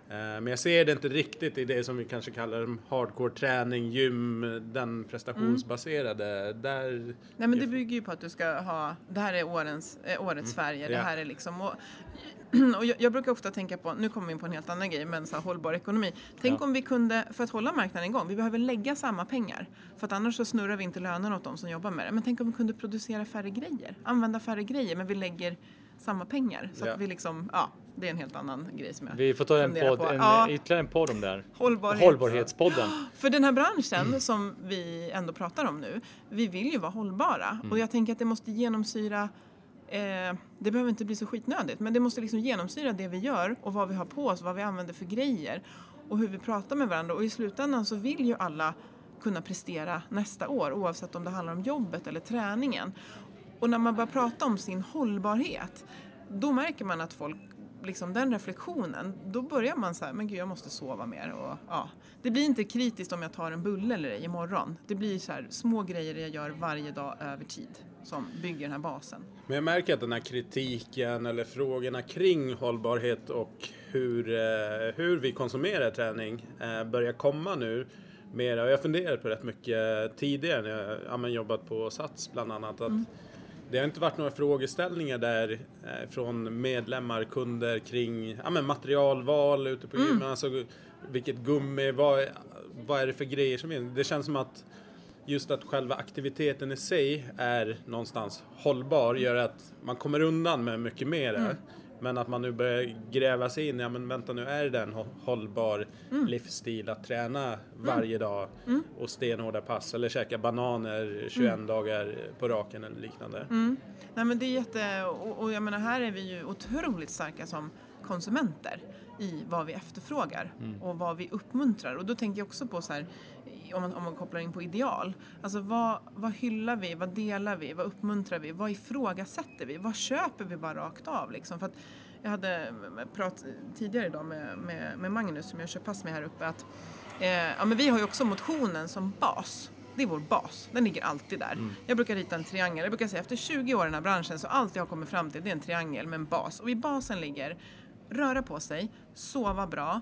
Men jag ser det inte riktigt i det som vi kanske kallar hardcore träning, gym, den prestationsbaserade. Mm. Där... Nej, men det bygger ju på att du ska ha, det här är årens, äh, årets mm. färger, yeah. Det här är liksom, och, och jag, jag brukar ofta tänka på, nu kommer vi in på en helt annan grej, men så här, hållbar ekonomi. Tänk ja. om vi kunde, för att hålla marknaden igång, vi behöver lägga samma pengar, för att annars så snurrar vi inte lönen åt dem som jobbar med det. Men tänk om vi kunde producera färre grejer, använda färre grejer, men vi lägger samma pengar. Så ja. att vi liksom, ja, det är en helt annan grej som jag Vi får ta en podd, en, ja. ytterligare en podd om det här. Hållbarhet. Hållbarhetspodden. För den här branschen mm. som vi ändå pratar om nu, vi vill ju vara hållbara. Mm. Och jag tänker att det måste genomsyra, eh, det behöver inte bli så skitnödigt, men det måste liksom genomsyra det vi gör och vad vi har på oss, vad vi använder för grejer och hur vi pratar med varandra. Och i slutändan så vill ju alla kunna prestera nästa år, oavsett om det handlar om jobbet eller träningen. Och när man börjar prata om sin hållbarhet, då märker man att folk, liksom den reflektionen, då börjar man så här, men gud jag måste sova mer. Och, ja. Det blir inte kritiskt om jag tar en bulle eller ej imorgon. Det blir så här små grejer jag gör varje dag över tid som bygger den här basen. Men jag märker att den här kritiken eller frågorna kring hållbarhet och hur, hur vi konsumerar träning börjar komma nu. Mer, och jag funderar på rätt mycket tidigare när jag ja, jobbat på Sats bland annat. Att mm. Det har inte varit några frågeställningar där eh, från medlemmar, kunder kring ja, men materialval ute på gymmen. Mm. Alltså vilket gummi, vad, vad är det för grejer som är. Det känns som att just att själva aktiviteten i sig är någonstans hållbar gör att man kommer undan med mycket mer. Mm. Men att man nu börjar gräva sig in, ja men vänta nu, är det en hållbar mm. livsstil att träna varje mm. dag mm. och stenhårda pass eller käka bananer tjugoen mm. dagar på raken eller liknande. Mm. Nej men det är jätte, och, och jag menar här är vi ju otroligt starka som konsumenter i vad vi efterfrågar mm. och vad vi uppmuntrar. Och då tänker jag också på så här, om man, om man kopplar in på ideal. Alltså vad, vad hyllar vi, vad delar vi, vad uppmuntrar vi, vad ifrågasätter vi, vad köper vi bara rakt av liksom. För att jag hade pratat tidigare idag med, med, med Magnus som jag kör pass med här uppe att eh, ja, men vi har ju också motionen som bas. Det är vår bas, den ligger alltid där. Mm. Jag brukar rita en triangel, jag brukar säga efter tjugo år i den här branschen så allt jag har kommit fram till det är en triangel med en bas. Och i basen ligger röra på sig, sova bra,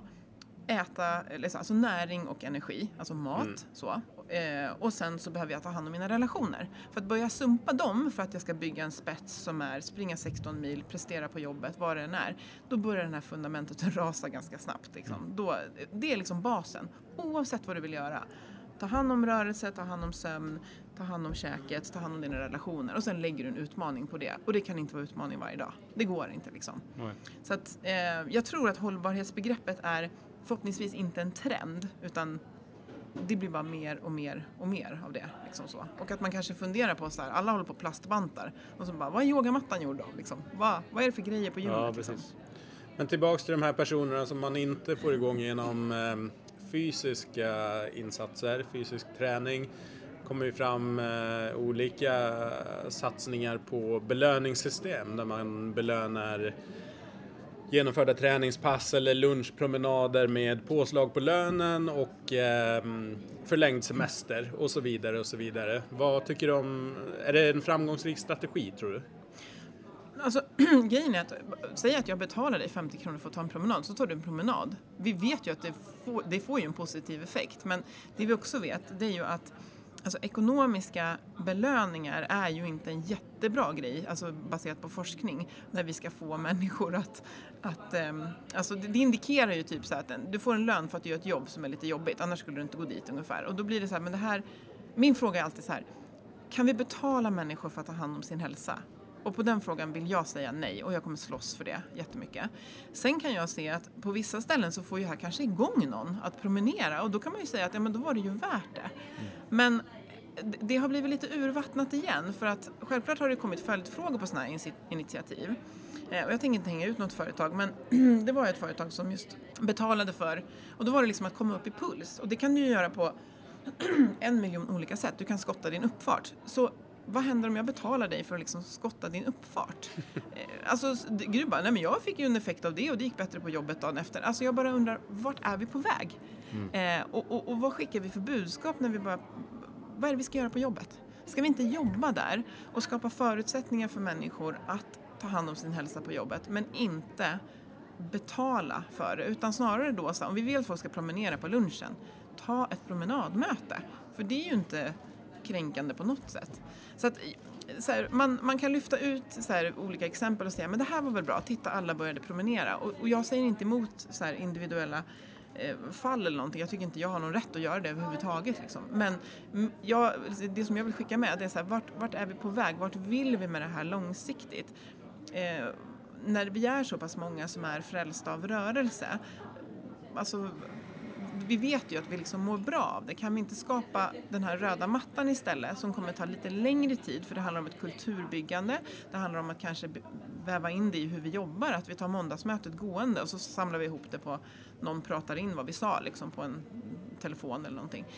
äta, alltså näring och energi, alltså mat, mm. så. Eh, och sen så behöver jag ta hand om mina relationer. För att börja sumpa dem för att jag ska bygga en spets som är springa sexton mil, prestera på jobbet, vad det än är. Då börjar den här fundamentet rasa ganska snabbt. Liksom. Mm. Då, det är liksom basen, oavsett vad du vill göra. Ta hand om rörelse, ta hand om sömn, ta hand om käket, ta hand om dina relationer. Och sen lägger du en utmaning på det. Och det kan inte vara utmaning varje dag. Det går inte liksom. Nej. Så att, eh, jag tror att hållbarhetsbegreppet är förhoppningsvis inte en trend, utan det blir bara mer och mer och mer av det. Liksom så. Och att man kanske funderar på så här, alla håller på plastbantar. Och så bara, vad är yogamattan gjord av? Liksom? Vad, vad är det för grejer på gymmet? Ja, precis. Liksom? Men tillbaks till de här personerna som man inte får igång genom eh, fysiska insatser, fysisk träning. Kommer ju fram eh, olika satsningar på belöningssystem där man belönar genomförda träningspass eller lunchpromenader med påslag på lönen och eh, förlängd semester och så vidare och så vidare. Vad tycker du om, är det en framgångsrik strategi tror du? Alltså grejen är att säga att jag betalar dig femtio kronor för att ta en promenad, så tar du en promenad. Vi vet ju att det får, det får ju en positiv effekt, men det vi också vet det är ju att alltså, ekonomiska belöningar är ju inte en jättebra grej, alltså baserat på forskning, när vi ska få människor att, att um, alltså det, det indikerar ju typ så att en, du får en lön för att du gör ett jobb som är lite jobbigt, annars skulle du inte gå dit ungefär. Och då blir det så här, men det här, min fråga är alltid så här, kan vi betala människor för att ta hand om sin hälsa? Och på den frågan vill jag säga nej, och jag kommer slåss för det jättemycket. Sen kan jag se att på vissa ställen så får ju här kanske igång någon att promenera, och då kan man ju säga att ja, men då var det ju värt det. Mm. Men det har blivit lite urvattnat igen, för att självklart har det kommit följdfrågor på sådana här initiativ. Och jag tänker inte hänga ut något företag, men det var ett företag som just betalade för, och då var det liksom att komma upp i puls. Och det kan du ju göra på en miljon olika sätt. Du kan skotta din uppfart. Så vad händer om jag betalar dig för att liksom skotta din uppfart? Alltså, gud bara, nej men jag fick ju en effekt av det och det gick bättre på jobbet dagen efter. Alltså jag bara undrar, vart är vi på väg? Mm. Eh, och, och, och vad skickar vi för budskap när vi bara, vad är det vi ska göra på jobbet? Ska vi inte jobba där och skapa förutsättningar för människor att ta hand om sin hälsa på jobbet, men inte betala för det, utan snarare då så, om vi vill att folk ska promenera på lunchen, ta ett promenadmöte, för det är ju inte kränkande på något sätt. Så att så här, man, man kan lyfta ut så här, olika exempel och säga, men det här var väl bra, titta alla började promenera, och, och jag säger inte emot så här, individuella eh, fall eller någonting, jag tycker inte jag har någon rätt att göra det överhuvudtaget liksom. Men jag, det som jag vill skicka med, det är så här, vart, vart är vi på väg, vart vill vi med det här långsiktigt? Eh, när vi är så pass många som är frälsta av rörelse, alltså vi vet ju att vi liksom mår bra av det. Kan vi inte skapa den här röda mattan istället som kommer ta lite längre tid, för det handlar om ett kulturbyggande, det handlar om att kanske väva in det i hur vi jobbar, att vi tar måndagsmötet gående och så samlar vi ihop det på, någon pratar in vad vi sa liksom på en telefon eller någonting.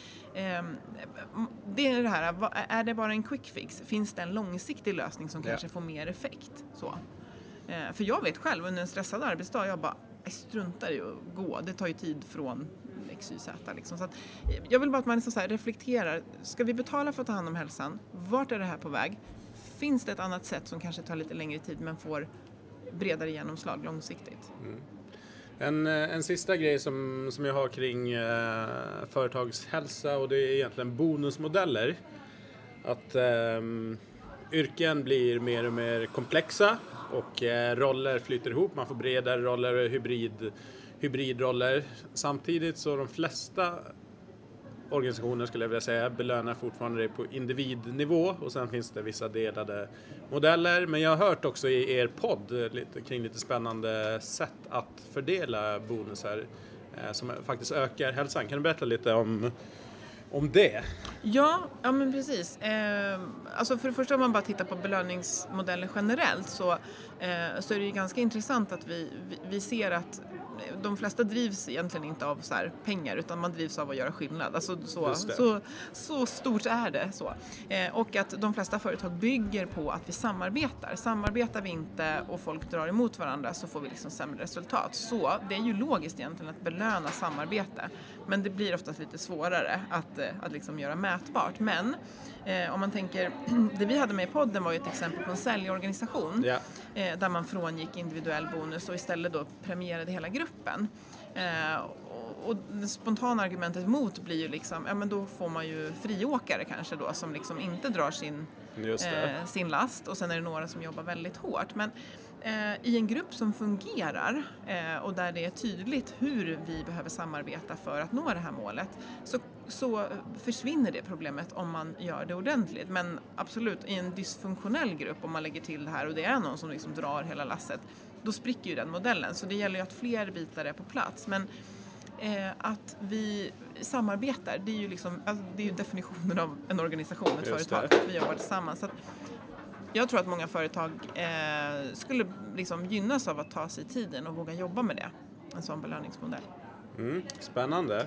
Det är det här, är det bara en quick fix? Finns det en långsiktig lösning som kanske ja. får mer effekt? Så. För jag vet själv, under en stressad arbetsdag, jag bara jag struntar i att gå. Det tar ju tid från X Y Z. Liksom. Så att, jag vill bara att man liksom så här reflekterar. Ska vi betala för att ta hand om hälsan? Vart är det här på väg? Finns det ett annat sätt som kanske tar lite längre tid men får bredare genomslag långsiktigt? Mm. En, en sista grej som, som jag har kring eh, företagshälsa, och det är egentligen bonusmodeller. Att eh, yrken blir mer och mer komplexa och eh, roller flyter ihop. Man får bredare roller, hybrid, hybridroller. Samtidigt så de flesta organisationer, skulle jag vilja säga, belönar fortfarande det på individnivå, och sen finns det vissa delade modeller. Men jag har hört också i er podd lite, kring lite spännande sätt att fördela bonusar eh, som faktiskt ökar hälsan. Kan du berätta lite om Om det? Ja, ja men precis. Eh, alltså för det första, om man bara tittar på belöningsmodeller generellt, så, eh, så är det ju ganska intressant att vi, vi, vi ser att de flesta drivs egentligen inte av så här pengar, utan man drivs av att göra skillnad. Alltså så, så, så stort är det. Så. Eh, och att de flesta företag bygger på att vi samarbetar. Samarbetar vi inte och folk drar emot varandra, så får vi liksom sämre resultat. Så det är ju logiskt egentligen att belöna samarbete. Men det blir oftast lite svårare att, att liksom göra mätbart. Men eh, om man tänker, det vi hade med i podden var ju ett exempel på en säljorganisation. Yeah. Eh, där man frångick individuell bonus och istället då premierade hela gruppen. Eh, och, och det spontana argumentet emot blir ju liksom, ja men då får man ju friåkare kanske då som liksom inte drar sin, eh, sin last, och sen är det några som jobbar väldigt hårt. Men eh, i en grupp som fungerar eh, och där det är tydligt hur vi behöver samarbeta för att nå det här målet, så, så försvinner det problemet om man gör det ordentligt. Men absolut, i en dysfunktionell grupp, om man lägger till det här och det är någon som liksom drar hela lasset, då spricker ju den modellen. Så det gäller ju att fler bitar är på plats. Men eh, att vi samarbetar, det är ju liksom, alltså, det är ju definitionen av en organisation, ett Just företag, det. att vi jobbar tillsammans. Så att jag tror att många företag eh, skulle liksom gynnas av att ta sig tiden och våga jobba med det. En sån belöningsmodell. Mm, spännande.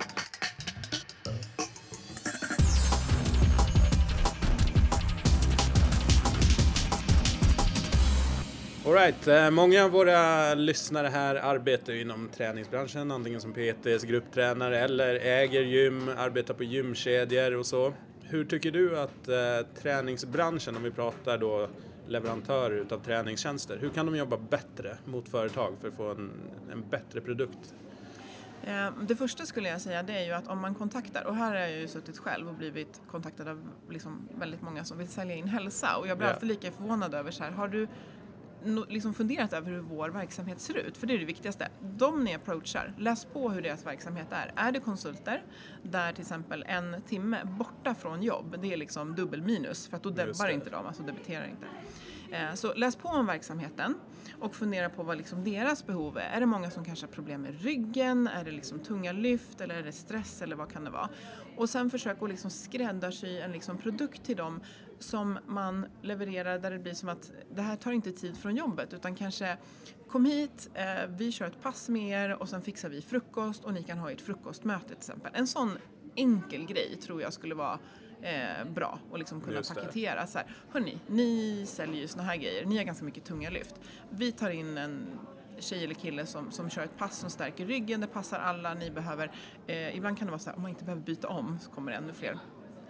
All right. Många av våra lyssnare här arbetar inom träningsbranschen, antingen som P T:s grupptränare eller äger gym, arbetar på gymkedjor och så. Hur tycker du att eh, träningsbranschen, om vi pratar då leverantörer utav träningstjänster, hur kan de jobba bättre mot företag för att få en, en bättre produkt? Det första skulle jag säga, det är ju att om man kontaktar, och här har jag ju suttit själv och blivit kontaktad av liksom väldigt många som vill sälja in hälsa, och jag blir Ja. alltid lika förvånad över så här, har du liksom funderat över hur vår verksamhet ser ut? För det är det viktigaste. De ni approachar, läs på hur deras verksamhet är. Är det konsulter där till exempel en timme borta från jobb, det är liksom dubbel minus, för att då debbar inte de, alltså debiterar inte. Så läs på om verksamheten och fundera på vad liksom deras behov är. Är det många som kanske har problem med ryggen? Är det liksom tunga lyft? Eller är det stress? Eller vad kan det vara? Och sen försök att liksom skräddarsy en liksom produkt till dem som man levererar, där det blir som att det här tar inte tid från jobbet, utan kanske kom hit, eh, vi kör ett pass med er och sen fixar vi frukost och ni kan ha ett frukostmöte till exempel. En sån enkel grej tror jag skulle vara Eh, bra och liksom kunna paketera så här. Hörrni, ni säljer ju såna här grejer, ni har ganska mycket tunga lyft. Vi tar in en tjej eller kille som, som kör ett pass som stärker ryggen, det passar alla, ni behöver, eh, ibland kan det vara så här, om man inte behöver byta om så kommer det ännu fler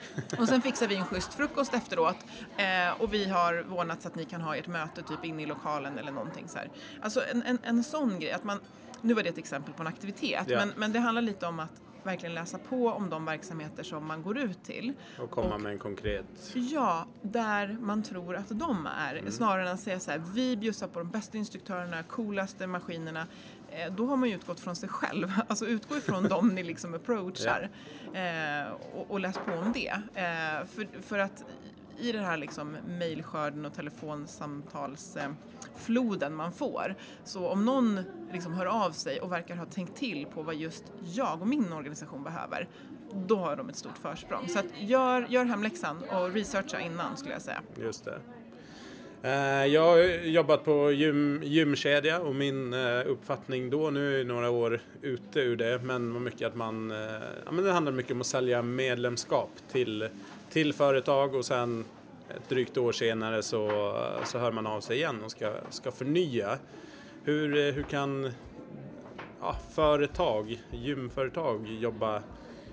Och sen fixar vi en schysst frukost efteråt. Eh, och vi har ordnat så att ni kan ha ert möte typ inne i lokalen eller någonting så här. Alltså en, en, en sån grej. Att man, nu var det ett exempel på en aktivitet. Ja. Men, men det handlar lite om att verkligen läsa på om de verksamheter som man går ut till. Och komma och, med en konkret... Ja, där man tror att de är. Mm. Snarare än att säga så här, vi bjussar på de bästa instruktörerna, coolaste maskinerna. Eh, då har man ju utgått från sig själv. Alltså utgå ifrån dem ni liksom approachar. Ja. Eh, och, och läs på om det. Eh, för, för att i den här liksom mejlskörden och telefonsamtalsfloden man får. Så om någon liksom hör av sig och verkar ha tänkt till på vad just jag och min organisation behöver, då har de ett stort försprång. Så att gör, gör hemläxan och researcha innan, skulle jag säga. Just det. Jag har jobbat på gym, gymkedja och min uppfattning då, nu är några år ute ur det, men var mycket att man, ja, men det handlar mycket om att sälja medlemskap till, till företag och sen ett drygt år senare så, så hör man av sig igen och ska, ska förnya. Hur, hur kan ja, företag, gymföretag jobba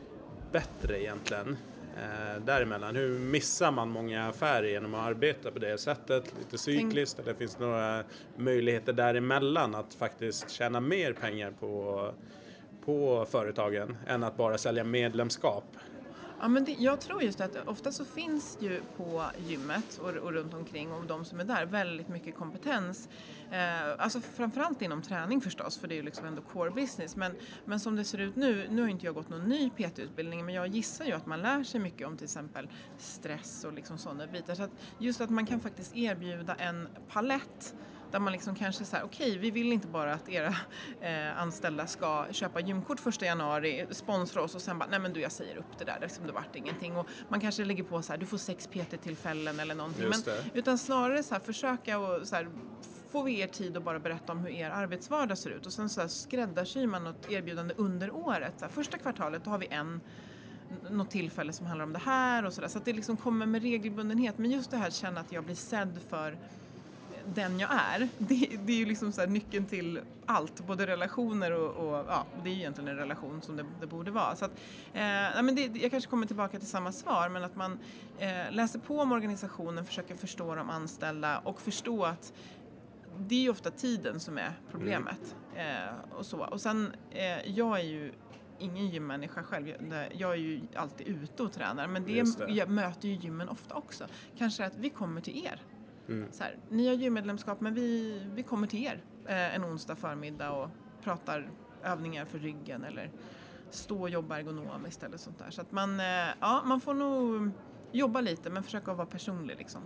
bättre egentligen? Eh, däremellan. Hur missar man många affärer genom att arbeta på det sättet? Lite cykliskt, Tänk... eller finns det några möjligheter däremellan att faktiskt tjäna mer pengar på, på företagen än att bara sälja medlemskap? Ja, men det, jag tror just att ofta så finns ju på gymmet och, och runt omkring och de som är där väldigt mycket kompetens. Eh, alltså framförallt inom träning förstås, för det är ju liksom ändå core business. Men, men som det ser ut nu, nu har inte jag gått någon ny P T-utbildning, men jag gissar ju att man lär sig mycket om till exempel stress och liksom sådana bitar. Så att just att man kan faktiskt erbjuda en palett där man liksom kanske säger, okej, okay, vi vill inte bara att era eh, anställda ska köpa gymkort första januari, sponsra oss och sen bara, nej men du, jag säger upp det där, liksom det vart ingenting. Och man kanske lägger på så här, du får sex P T-tillfällen eller någonting. Men, utan snarare så här, försöka och så här, får vi er tid att bara berätta om hur er arbetsvardag ser ut. Och sen så här, skräddarsyr man något erbjudande under året. Så här, första kvartalet, då har vi en något tillfälle som handlar om det här och sådär. Så att det liksom kommer med regelbundenhet. Men just det här, känna att jag blir sedd för den jag är, det, det är ju liksom så här nyckeln till allt, både relationer och, och ja, det är ju egentligen en relation som det, det borde vara. Så att, eh, men det, jag kanske kommer tillbaka till samma svar, men att man eh, läser på om organisationen, försöker förstå de anställda och förstå att det är ju ofta tiden som är problemet. Mm. Eh, och, så. och sen, eh, jag är ju ingen gymmänniska själv. Jag är ju alltid ute och tränar, men det, det. jag möter ju gymmen ofta också. Kanske att vi kommer till er. Mm. Så här, ni har gymmedlemskap, men vi, vi kommer till er eh, en onsdag förmiddag och pratar övningar för ryggen eller stå och jobba ergonomiskt eller sånt där. Så att man, eh, ja, man får nog jobba lite, men försöka vara personlig liksom.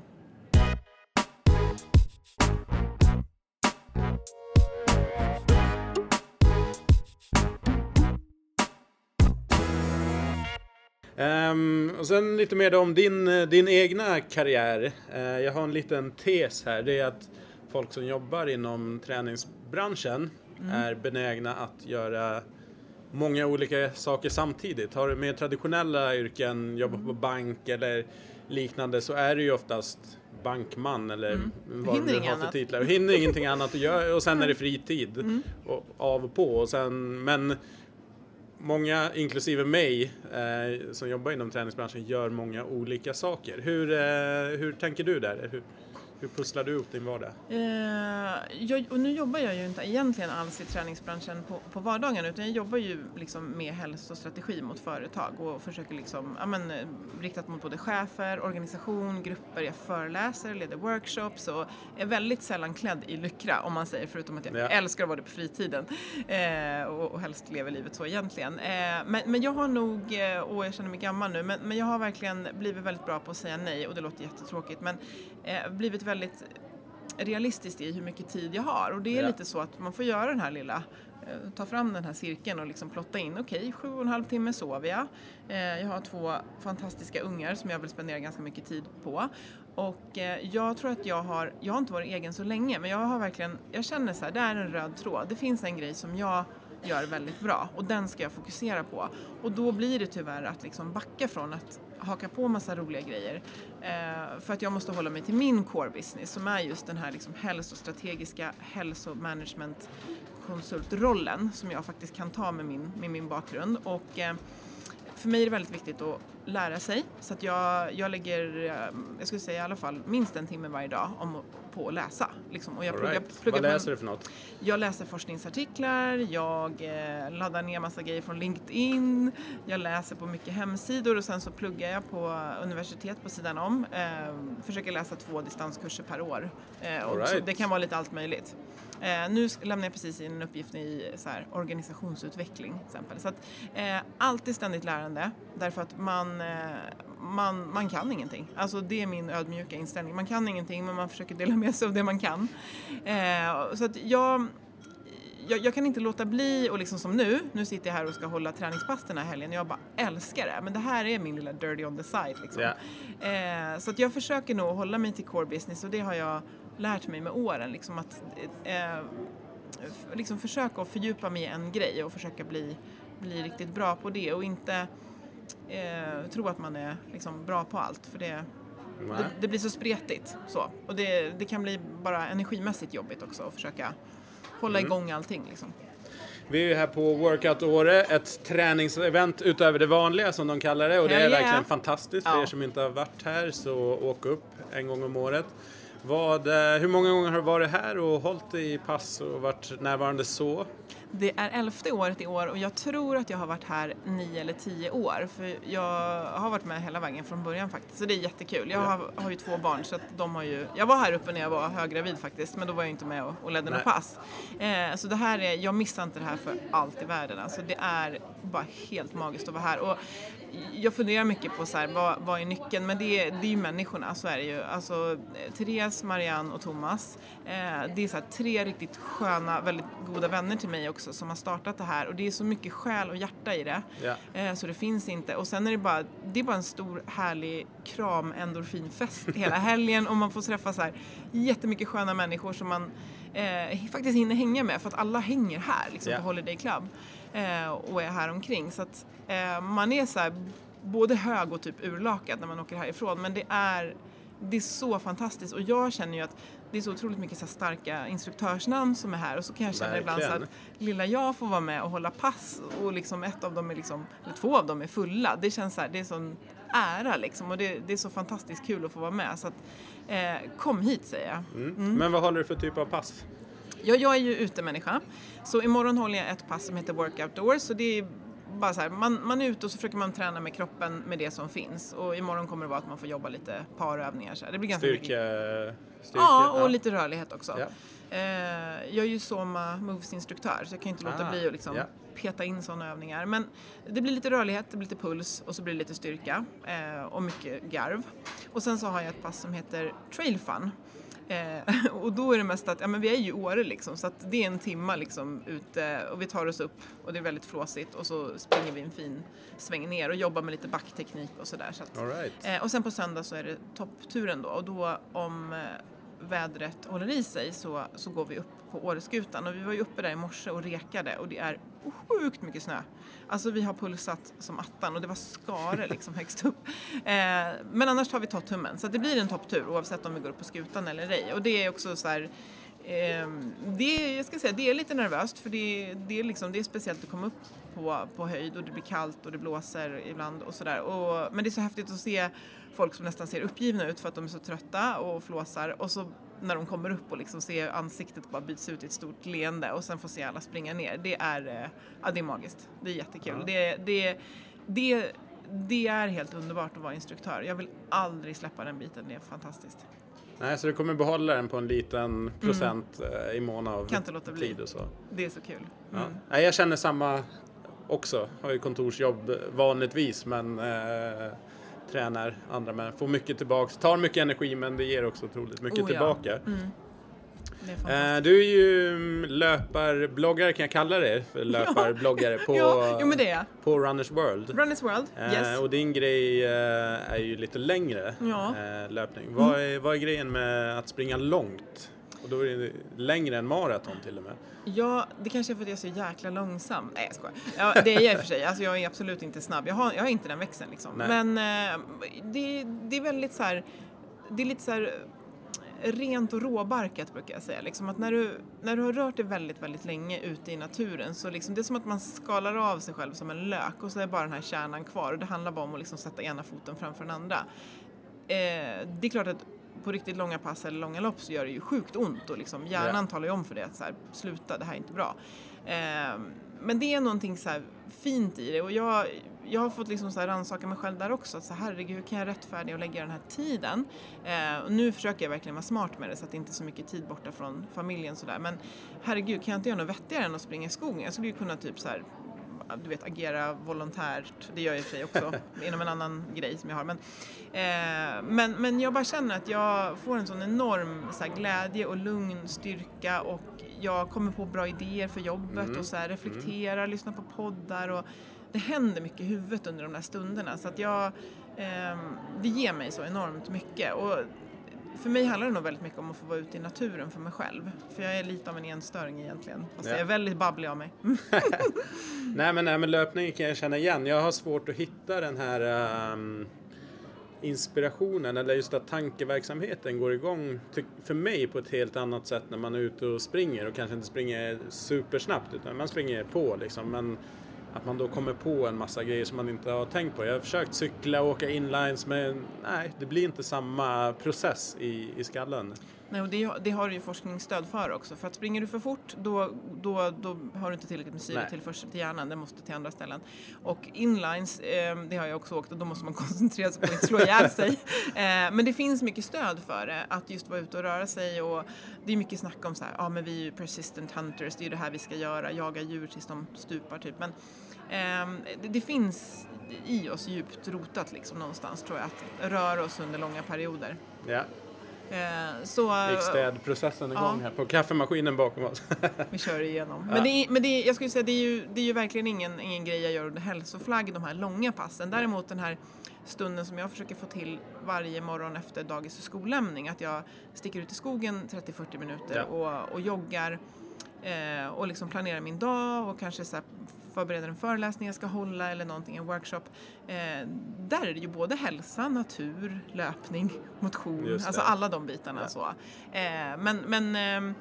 Um, och sen lite mer om din, din egna karriär. Uh, jag har en liten tes här. Det är att folk som jobbar inom träningsbranschen mm. är benägna att göra många olika saker samtidigt. Har du mer traditionella yrken, jobbar på bank eller liknande, så är du ju oftast bankman eller mm. vad du har för titlar. Och hinner ingenting annat att göra, och sen är det fritid mm. och av och på. Och sen, men många, inklusive mig, eh, som jobbar inom träningsbranschen, gör många olika saker. Hur, eh, hur tänker du där? Hur, hur pusslar du upp din vardag? Eh, jag, och nu jobbar jag ju inte egentligen alls i träningsbranschen på, på vardagen, utan jag jobbar ju liksom med hälsostrategi mot företag och försöker liksom, ja men, riktat mot både chefer, organisation, grupper. Jag föreläser, leder workshops och är väldigt sällan klädd i lyckra, om man säger, förutom att jag ja. älskar att vara det på fritiden eh, och, och helst lever livet så egentligen. Eh, men, men jag har nog, och jag känner mig gammal nu, men, men jag har verkligen blivit väldigt bra på att säga nej, och det låter jättetråkigt, men eh, blivit väldigt realistiskt i hur mycket tid jag har, och det är ja. lite så att man får göra den här lilla, ta fram den här cirkeln och liksom plotta in, okej, okay, sju och en halv timme sover jag. Eh, jag har två fantastiska ungar som jag vill spendera ganska mycket tid på, och eh, jag tror att jag har, jag har inte varit egen så länge, men jag har verkligen, jag känner så här, det är en röd tråd, det finns en grej som jag gör väldigt bra och den ska jag fokusera på, och då blir det tyvärr att liksom backa från att haka på massa roliga grejer. Eh, för att jag måste hålla mig till min core business, som är just den här liksom hälsostrategiska hälsomanagement-konsultrollen som jag faktiskt kan ta med min, med min bakgrund. Och eh, för mig är det väldigt viktigt att lära sig. Så att jag, jag lägger, jag skulle säga i alla fall minst en timme varje dag om, på att läsa. Liksom. Och jag pluggar, right. pluggar Vad läser du för något? Jag läser forskningsartiklar, jag eh, laddar ner massa grejer från LinkedIn, jag läser på mycket hemsidor och sen så pluggar jag på universitet på sidan om. Eh, försöker läsa två distanskurser per år. Eh, och right. så det kan vara lite allt möjligt. Eh, nu lämnar jag precis in en uppgift i så här, organisationsutveckling till exempel. Så att, eh, alltid ständigt lärande därför att man, eh, man, man kan ingenting. Alltså det är min ödmjuka inställning. Man kan ingenting men man försöker dela med sig av det man kan. Eh, så att jag, jag, jag kan inte låta bli och liksom som nu, nu sitter jag här och ska hålla träningspass den här helgen och jag bara älskar det. Men det här är min lilla dirty on the side liksom. Yeah. Eh, så att jag försöker nog hålla mig till core business och det har jag lärt mig med åren liksom att eh, liksom försöka att fördjupa mig i en grej och försöka bli, bli riktigt bra på det och inte eh, tro att man är liksom bra på allt för det, det, det blir så spretigt så. Och det, det kan bli bara energimässigt jobbigt också att försöka hålla mm. igång allting liksom. Vi är ju här på Workout Åre, ett träningsevent utöver det vanliga som de kallar det och det är yeah. verkligen fantastiskt för ja. er som inte har varit här så åk upp en gång om året. Vad, hur många gånger har du varit här och hållit i pass och varit närvarande så? Det är elfte året i år och jag tror att jag har varit här nio eller tio år. För jag har varit med hela vägen från början faktiskt. Så det är jättekul. Jag har, har ju två barn så att de har ju... Jag var här uppe när jag var höggravid faktiskt. Men då var jag inte med och, och ledde något pass. Eh, så det här är... Jag missar inte det här för allt i världen. Alltså det är bara helt magiskt att vara här. Och jag funderar mycket på så här, vad, vad är nyckeln? Men det är, det är ju människorna, så är det ju. Alltså Therese, Marianne och Thomas. Eh, det är så här, tre riktigt sköna, väldigt goda vänner till mig också som har startat det här och det är så mycket själ och hjärta i det yeah. eh, så det finns inte och sen är det bara det är bara en stor härlig kram endorfinfest hela helgen och man får träffa så här jättemycket sköna människor som man eh, faktiskt hinner hänga med för att alla hänger här liksom, yeah. på Holiday Club eh, och är här omkring så att eh, man är så här både hög och typ urlakad när man åker härifrån men det är det är så fantastiskt och jag känner ju att det är så otroligt mycket så starka instruktörsnamn som är här och så kan jag känna Verkligen. ibland så att lilla jag får vara med och hålla pass och liksom ett av dem är liksom, eller två av dem är fulla. Det känns så här, det är sån ära liksom och det, det är så fantastiskt kul att få vara med så att eh, kom hit säger jag. Mm. Mm. Men vad håller du för typ av pass? Ja, jag är ju utemänniska så imorgon håller jag ett pass som heter Workout Doors så det är bara så här, man, man är ute och så försöker man träna med kroppen med det som finns och imorgon kommer det vara att man får jobba lite parövningar så här. Det blir ganska Styrka, mycket... styrka ja, och ja. lite rörlighet också. Ja. Eh, jag är ju Soma Moves-instruktör så jag kan inte låta ah, bli att liksom ja. peta in sådana övningar. Men det blir lite rörlighet, det blir lite puls och så blir det lite styrka eh, och mycket garv. Och sen så har jag ett pass som heter Trail Fun. Eh, och då är det mest att, ja men vi är ju i Åre liksom så att det är en timma liksom ute och vi tar oss upp och det är väldigt flåsigt och så springer vi en fin sväng ner och jobbar med lite backteknik och sådär. Så att, All right. eh, och sen på söndag så är det toppturen då och då om eh, vädret håller i sig så, så går vi upp på Åreskutan och vi var ju uppe där i morse och rekade och det är sjukt mycket snö. Alltså vi har pulsat som attan och det var skare liksom högst upp. Eh, men annars tar vi topptummen så att det blir en topptur oavsett om vi går upp på skutan eller ej. Och det är också så här, eh, det är, jag ska säga, det är lite nervöst för det, det, är liksom, det är speciellt att komma upp på, på höjd och det blir kallt och det blåser ibland och sådär. Och, men det är så häftigt att se folk som nästan ser uppgivna ut för att de är så trötta och flåsar och så när de kommer upp och liksom ser ansiktet bara byts ut i ett stort leende och sen får se alla springa ner. Det är, ja, det är magiskt. Det är jättekul. Ja. Det, det, det, det är helt underbart att vara instruktör. Jag vill aldrig släppa den biten. Det är fantastiskt. Nej, så du kommer behålla den på en liten procent mm. i mån av kan inte låta bli. Tid och så. Det är så kul. Mm. Ja. Nej, jag känner samma också. Har ju kontorsjobb vanligtvis men eh, tränar andra men får mycket tillbaka. Tar mycket energi men det ger också otroligt mycket oh, tillbaka. Ja. Mm. Eh, du är ju löparbloggare kan jag kalla det för löparbloggare på, ja, jo, men det är. på Runners World. Runners World, eh, yes. Och din grej eh, är ju lite längre ja. eh, löpning. Mm. Vad, är, vad är grejen med att springa långt? Och då är det längre än maraton till och med. Ja, det kanske är för att jag är så jäkla långsam. Nej, jag skojar. Ja, det är jag i och för sig. Alltså, jag är absolut inte snabb. Jag har, jag har inte den växeln liksom. Nej. Men eh, det, det är väldigt så här... Det är lite så här... rent och råbarkat brukar jag säga. Liksom att när du, när du har rört dig väldigt, väldigt länge ute i naturen så liksom, det är som att man skalar av sig själv som en lök och så är bara den här kärnan kvar och det handlar bara om att liksom sätta ena foten framför den andra. Eh, det är klart att på riktigt långa pass eller långa lopp så gör det ju sjukt ont och liksom hjärnan yeah. talar ju om för det att så här, sluta, det här är inte bra. Eh, men det är någonting så här fint i det och jag, jag har fått liksom så här rannsaka mig själv där också att så här, herregud, hur kan jag rättfärdiga och lägga den här tiden? Eh, och nu försöker jag verkligen vara smart med det så att det inte är så mycket tid borta från familjen sådär. Men herregud, kan jag inte göra något vettigare än att springa i skogen? Jag skulle ju kunna typ så här, du vet, agera volontärt. Det gör jag i och för sig också inom en annan grej som jag har. Men, eh, men, men jag bara känner att jag får en sån enorm så här, glädje och lugn, styrka och jag kommer på bra idéer för jobbet mm. och så här, reflekterar, mm. lyssnar på poddar och det händer mycket i huvudet under de där stunderna så att jag, eh, det ger mig så enormt mycket och för mig handlar det nog väldigt mycket om att få vara ute i naturen för mig själv. För jag är lite av en enstöring egentligen. Fast ja. Jag är väldigt babblig av mig. nej, men, nej men löpning kan jag känna igen. Jag har svårt att hitta den här um, inspirationen eller just att tankeverksamheten går igång ty- för mig på ett helt annat sätt när man är ute och springer och kanske inte springer supersnabbt utan man springer på liksom. Men att man då kommer på en massa grejer som man inte har tänkt på. Jag har försökt cykla och åka inlines men nej, det blir inte samma process i, i skallen. Nej, och det, det har du ju forskningsstöd för också. För att springer du för fort, då, då, då har du inte tillräckligt med syre till först till hjärnan. Det måste till andra ställen. Och inlines, eh, det har jag också åkt och då måste man koncentrera sig på att inte slå ihjäl sig. Eh, men det finns mycket stöd för det, att just vara ute och röra sig. Och det är mycket snack om så här, ja men vi är ju persistent hunters, det är ju det här vi ska göra. Jaga djur tills de stupar typ. Men eh, det, det finns i oss djupt rotat liksom någonstans tror jag, att röra oss under långa perioder. Ja. Så, gick städprocessen igång ja. här på kaffemaskinen bakom oss. Vi kör igenom. Ja. Men, det är, men det är, jag skulle säga det är ju, det är ju verkligen ingen, ingen grej jag gör under hälsoflagg, de här långa passen. Däremot den här stunden som jag försöker få till varje morgon efter dagis och skollämning, att jag sticker ut i skogen trettio till fyrtio minuter ja. och, och joggar eh, och liksom planerar min dag och kanske så här förbereder en föreläsning jag ska hålla eller någonting, en workshop. Eh, där är det ju både hälsa, natur, löpning, motion, alltså alla de bitarna. Ja. Så. Eh, men men eh,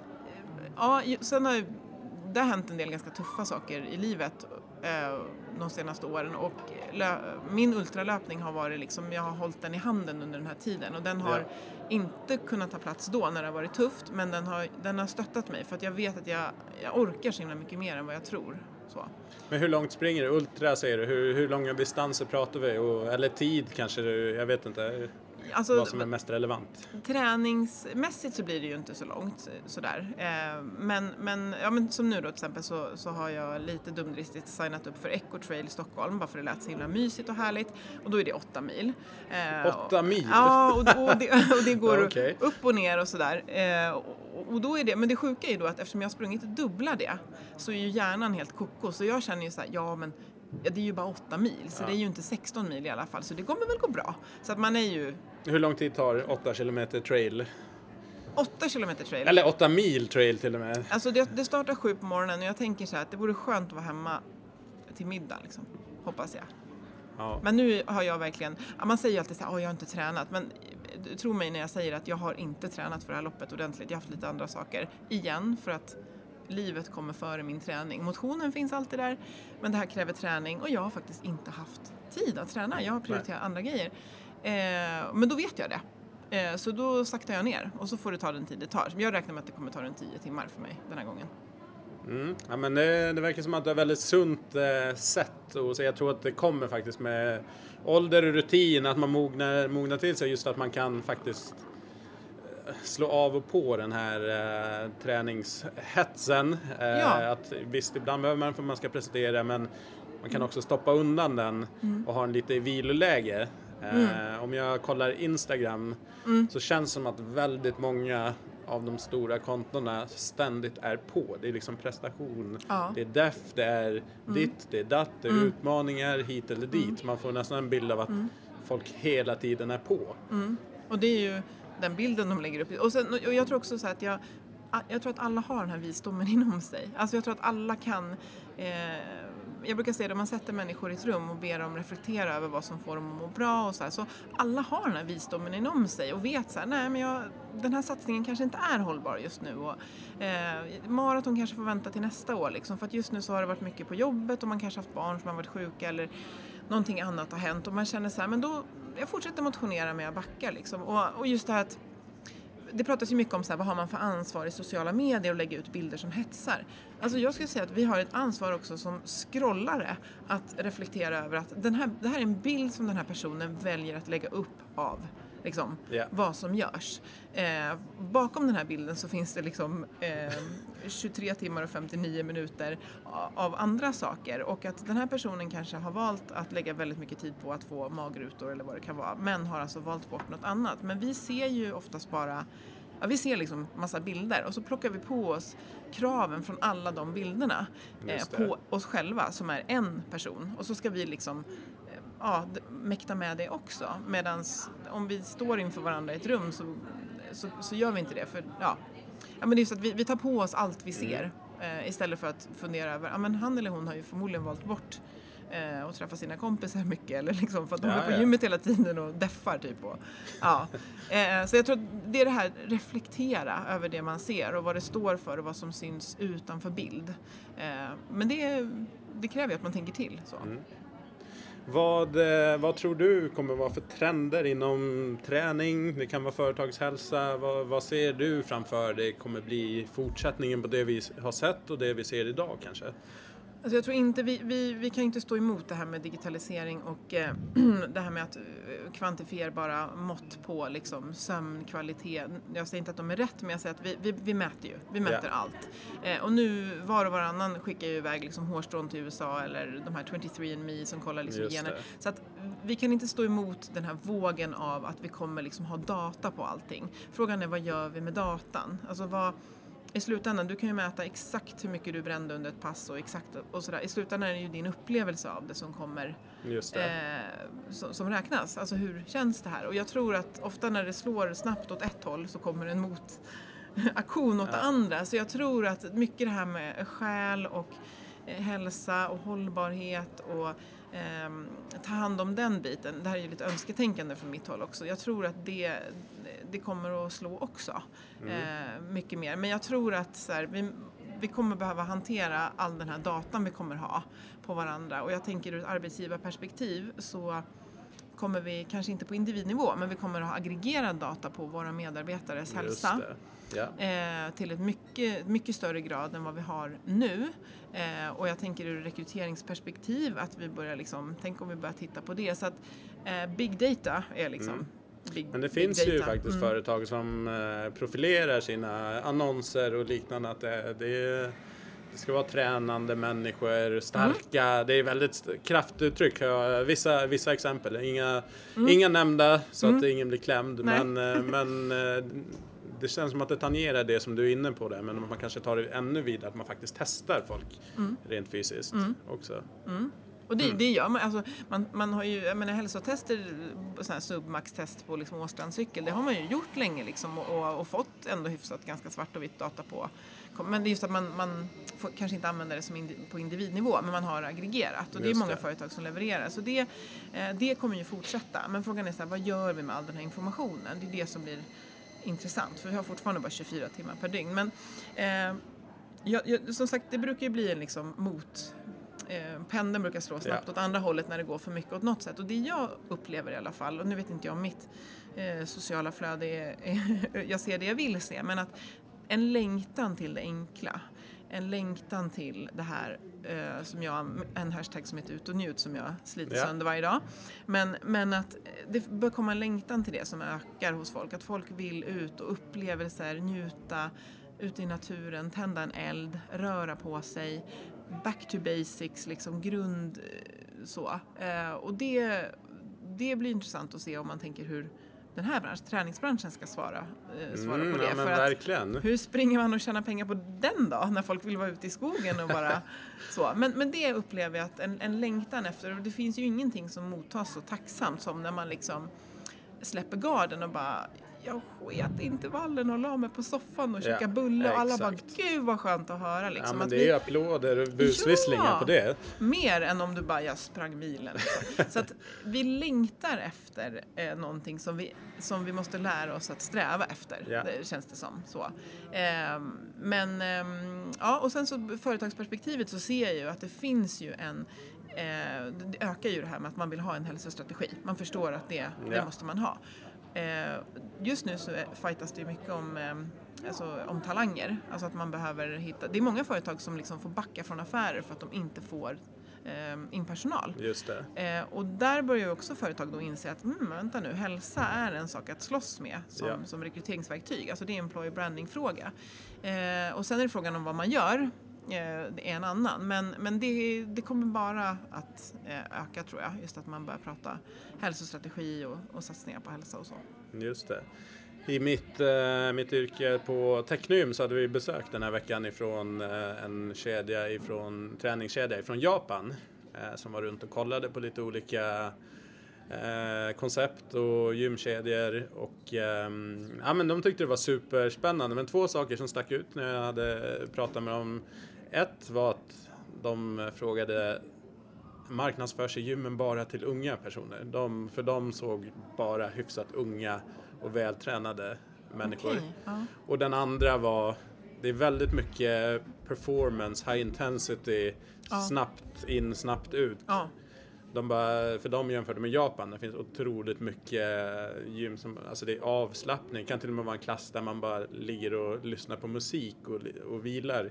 ja, sen har det har hänt en del ganska tuffa saker i livet eh, de senaste åren och lö- min ultralöpning har varit liksom, jag har hållit den i handen under den här tiden och den har ja. inte kunnat ta plats då när det har varit tufft, men den har, den har stöttat mig för att jag vet att jag, jag orkar så himla mycket mer än vad jag tror. Så. Men hur långt springer du? Ultra säger du. Hur, hur långa distanser pratar vi? Och, eller tid kanske du, jag vet inte alltså, vad som är mest relevant. Träningsmässigt så blir det ju inte så långt sådär. Eh, men, men, ja, men som nu då till exempel så, så har jag lite dumdristigt signat upp för Echo Trail i Stockholm bara för det lät så himla mysigt och härligt. Och då är det åtta mil. Eh, åtta mil? Ja, och, och, det, och det går ja, okay. upp och ner och sådär. Eh, och, och då är det, men det sjuka är ju då att eftersom jag har sprungit dubbla det så är ju hjärnan helt koko. Så jag känner ju så här, ja men ja, det är ju bara åtta mil, så ja. det är ju inte sexton mil i alla fall. Så det kommer väl gå bra. Så att man är ju... Hur lång tid tar åtta kilometer trail? åtta kilometer trail. Eller åtta mil trail till och med. Alltså det, det startar sju på morgonen och jag tänker så här att det vore skönt att vara hemma till middag liksom. Hoppas jag. Ja. Men nu har jag verkligen... Ja, man säger ju alltid så här, åh jag har inte tränat. Men tro mig när jag säger att jag har inte tränat för det här loppet ordentligt. Jag har haft lite andra saker. Igen, för att livet kommer före min träning. Motionen finns alltid där, men det här kräver träning och jag har faktiskt inte haft tid att träna. Jag har prioriterat Nej. andra grejer. Eh, men då vet jag det. Eh, så då saktar jag ner och så får det ta den tid det tar. Jag räknar med att det kommer ta en tio timmar för mig den här gången. Mm. Ja, men det, det verkar som att det är väldigt sunt eh, sätt och så jag tror att det kommer faktiskt med ålder och rutin att man mognar, mognar till sig just att man kan faktiskt slå av och på den här eh, träningshetsen. Eh, ja. Att, visst, ibland behöver man för man ska prestera, men man kan mm. också stoppa undan den mm. och ha en lite viloläge. Eh, mm. Om jag kollar Instagram mm. så känns det som att väldigt många av de stora kontona ständigt är på. Det är liksom prestation. Ja. Det är def, det är mm. ditt, det är datt, det är mm. utmaningar hit eller dit. Mm. Man får nästan en bild av att mm. folk hela tiden är på. Mm. Och det är ju den bilden de lägger upp. Och, sen, och jag tror också så här att jag, jag tror att alla har den här visdomen inom sig. Alltså jag tror att alla kan... Eh, jag brukar säga att om man sätter människor i ett rum och ber dem reflektera över vad som får dem att må bra och så här, så alla har den här visdomen inom sig och vet så här, nej men jag, den här satsningen kanske inte är hållbar just nu och eh, maraton kanske får vänta till nästa år liksom, för att just nu så har det varit mycket på jobbet och man kanske haft barn som har varit sjuka eller någonting annat har hänt och man känner så här, men då jag fortsätter motionera med jag backar liksom. och, och just det här att det pratas ju mycket om så här, vad har man för ansvar i sociala medier och lägga ut bilder som hetsar. Alltså jag skulle säga att vi har ett ansvar också som scrollare att reflektera över att den här, det här är en bild som den här personen väljer att lägga upp av liksom, yeah. vad som görs. Eh, bakom den här bilden så finns det liksom eh, tjugotre timmar och femtionio minuter av andra saker och att den här personen kanske har valt att lägga väldigt mycket tid på att få magrutor eller vad det kan vara, men har alltså valt bort något annat. Men vi ser ju oftast bara ja, vi ser liksom massa bilder och så plockar vi på oss kraven från alla de bilderna eh, på oss själva som är en person och så ska vi liksom eh, ja, mäkta med det också. Medan om vi står inför varandra i ett rum så, så, så gör vi inte det. För, ja. Ja, men det är så att vi, vi tar på oss allt vi ser eh, istället för att fundera över ja, men han eller hon har ju förmodligen valt bort eh, och träffa sina kompisar mycket eller liksom, för att de ja, är på ja. gymmet hela tiden och deffar typ. Och, ja. eh, så jag tror att det är det här reflektera över det man ser och vad det står för och vad som syns utanför bild. Eh, men det, det kräver att man tänker till så. Mm. Vad, vad tror du kommer vara för trender inom träning? Det kan vara företagshälsa. Vad, vad ser du framför det kommer bli fortsättningen på det vi har sett och det vi ser idag kanske? Alltså jag tror inte, vi, vi, vi kan inte stå emot det här med digitalisering och eh, det här med att kvantifierbara mått på liksom, sömnkvalitet. Jag säger inte att de är rätt, men jag säger att vi, vi, vi mäter ju. Vi mäter yeah. allt. Eh, och nu var och varannan skickar ju iväg liksom, hårstrån till U S A eller de här tjugotre and me som kollar liksom, gener. Så att vi kan inte stå emot den här vågen av att vi kommer liksom, ha data på allting. Frågan är vad gör vi med datan? Alltså vad... I slutändan, du kan ju mäta exakt hur mycket du brände under ett pass och exakt och sådär. I slutändan är det ju din upplevelse av det som kommer Just det. Eh, som, som räknas. Alltså hur känns det här? Och jag tror att ofta när det slår snabbt åt ett håll så kommer en motaktion åt ja. det andra. Så jag tror att mycket det här med själ och eh, hälsa och hållbarhet och eh, ta hand om den biten. Det här är ju lite önsketänkande från mitt håll också. Jag tror att det det kommer att slå också mm. eh, mycket mer. Men jag tror att så här, vi, vi kommer behöva hantera all den här datan vi kommer ha på varandra. Och jag tänker ur ett arbetsgivarperspektiv så kommer vi, kanske inte på individnivå, men vi kommer att ha aggregerad data på våra medarbetares hälsa. Ja. Eh, till ett mycket, mycket större grad än vad vi har nu. Eh, och jag tänker ur rekryteringsperspektiv att vi börjar liksom, tänk om vi börjar titta på det. Så att eh, big data är liksom mm. Big, Men det finns ju faktiskt mm. företag som eh, profilerar sina annonser och liknande att det, det, det ska vara tränande människor, starka, mm. det är väldigt kraftuttryck. Vissa, vissa exempel, inga, mm. inga nämnda så mm. att ingen blir klämd, Nej. men, eh, men eh, det känns som att det tangerar det som du är inne på där, men man kanske tar det ännu vidare att man faktiskt testar folk mm. rent fysiskt mm. också. Mm. Och det, mm. det gör man, alltså, man, man har ju, jag menar hälsotester, sån här submax-test på liksom Åstrandcykel, det har man ju gjort länge liksom och, och, och fått ändå hyfsat ganska svart och vitt data på. Men det är just att man, man får kanske inte använda det som indi, på individnivå, men man har aggregerat och det är många det. företag som levererar. Så det, det kommer ju fortsätta. Men frågan är så här, vad gör vi med all den här informationen? Det är det som blir intressant, för vi har fortfarande bara tjugofyra timmar per dygn. Men eh, jag, jag, som sagt, det brukar ju bli en liksom mot... Eh, pendeln brukar slå snabbt ja. åt andra hållet när det går för mycket åt något sätt. Och det jag upplever i alla fall, och nu vet inte jag om mitt eh, sociala flöde är, är jag ser det jag vill se, men att en längtan till det enkla, en längtan till det här eh, som jag, en hashtag som heter ut och njut som jag sliter ja. sönder varje dag. Men, men att det bör komma en längtan till det som ökar hos folk, att folk vill ut och upplevelser, njuta, ute i naturen, tända en eld, röra på sig, back to basics, liksom grund så. Eh, och det, det blir intressant att se om man tänker hur den här branschen, träningsbranschen ska svara, eh, svara mm, på det. Ja, men för verkligen. Att, hur springer man och tjänar pengar på den då, när folk vill vara ute i skogen och bara så. Men, men det upplever jag att en, en längtan efter, och det finns ju ingenting som mottas så tacksamt som när man liksom släpper garden och bara, jag sket intervallen och la mig på soffan och käkade Ja, bulle och alla exakt. bara, gud vad skönt att höra liksom. Ja, men att det vi, är applåder och busvisslingar Ja! på det. Mer än om du bara, jag sprang milen. Liksom. Så att vi längtar efter eh, någonting som vi, som vi måste lära oss att sträva efter, Ja. det känns det som. Så. Eh, men, eh, ja, och sen så företagsperspektivet så ser jag ju att det finns ju en eh, det ökar ju det här med att man vill ha en hälsostrategi. Man förstår att det, det Ja. måste man ha. Eh, just nu så fightas det ju mycket om, eh, alltså, om talanger. Alltså att man behöver hitta... Det är många företag som liksom får backa från affärer för att de inte får eh, in personal. Just det. Eh, och där börjar ju också företag då inse att mm, vänta nu, hälsa är en sak att slåss med som, Ja. som rekryteringsverktyg. Alltså det är en employer branding-fråga. Eh, och sen är det frågan om vad man gör. Det är en annan, men, men det, det kommer bara att öka tror jag, just att man börjar prata hälsostrategi och, och satsningar på hälsa och så. Just det. I mitt, eh, mitt yrke på Technium så hade vi besök den här veckan ifrån eh, en kedja ifrån, träningskedja ifrån Japan eh, som var runt och kollade på lite olika eh, koncept och gymkedjor och eh, ja, men de tyckte det var superspännande, men två saker som stack ut när jag hade pratat med dem. Ett var att de frågade, marknadsför sig gymmen bara till unga personer? De, för de såg bara hyfsat unga och vältränade människor. Okej, ja. Och den andra var, det är väldigt mycket performance, high intensity, Ja. snabbt in, snabbt ut. Ja. De bara, för de jämförde med Japan, det finns otroligt mycket gym som, alltså det är avslappning, det kan till och med vara en klass där man bara ligger och lyssnar på musik och, och vilar.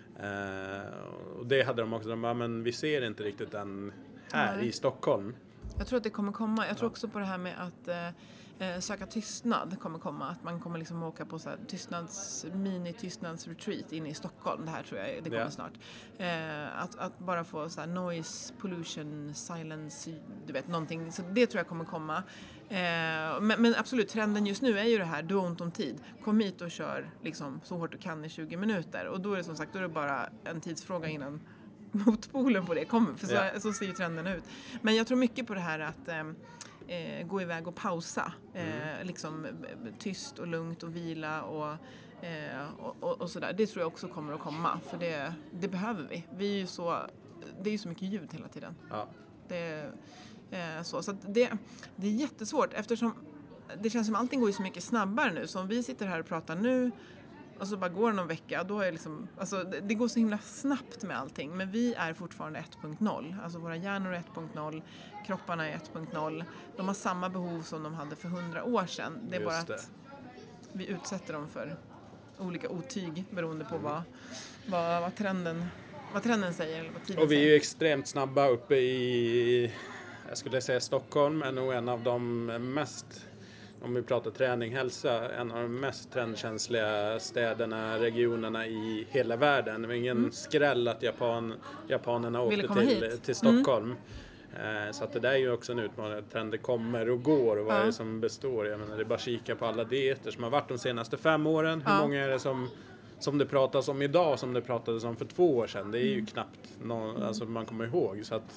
Uh, och det hade de också, de bara, men vi ser inte riktigt den här Nej. i Stockholm. Jag tror att det kommer komma. Jag tror också på det här med att eh, söka tystnad kommer komma. Att man kommer liksom åka på så här tystnads, mini-tystnadsretreat inne i Stockholm. Det här tror jag, det kommer Ja. snart. Eh, att, att bara få så här noise, pollution, silence, du vet någonting. Så det tror jag kommer komma. Eh, men, men absolut, trenden just nu är ju det här, du har ont om tid. Kom hit och kör liksom så hårt du kan i tjugo minuter. Och då är det som sagt, då är det bara en tidsfråga innan motpolen på det kommer, för så, Ja. så ser ju trenden ut. Men jag tror mycket på det här att eh, gå iväg och pausa. Eh, Mm. liksom tyst och lugnt och vila och, eh, och, och, och sådär. Det tror jag också kommer att komma, för det, det behöver vi. Vi är ju så, det är ju så mycket ljud hela tiden. Ja. Det, eh, så så att det, det är jättesvårt eftersom det känns som allting går ju så mycket snabbare nu. Så om vi sitter här och pratar nu och så bara går det någon vecka, då är liksom, alltså det, det går så himla snabbt med allting. Men vi är fortfarande ett punkt noll. Alltså våra hjärnor är ett punkt noll, kropparna är ett punkt noll. De har samma behov som de hade för hundra år sedan. Det är Just bara att det. vi utsätter dem för olika otyg beroende på vad, vad, vad, trenden, vad trenden säger. Eller vad tiden Och vi är säger. ju extremt snabba uppe i, jag skulle säga Stockholm är nog en av de mest, om vi pratar träning, hälsa, en av de mest trendkänsliga städerna, regionerna i hela världen. Det var ingen mm. skräll att Japan, japanerna Ville åkte komma till, hit. till Stockholm. Mm. Så att det där är ju också en utmaning, att trender kommer och går och vad Ja. är det som består? Jag menar, det är bara kika på alla dieter som har varit de senaste fem åren. Hur Ja. många är det som, som det pratas om idag som det pratades om för två år sedan? Det är ju Mm. knappt någon, alltså man kommer ihåg. Så att,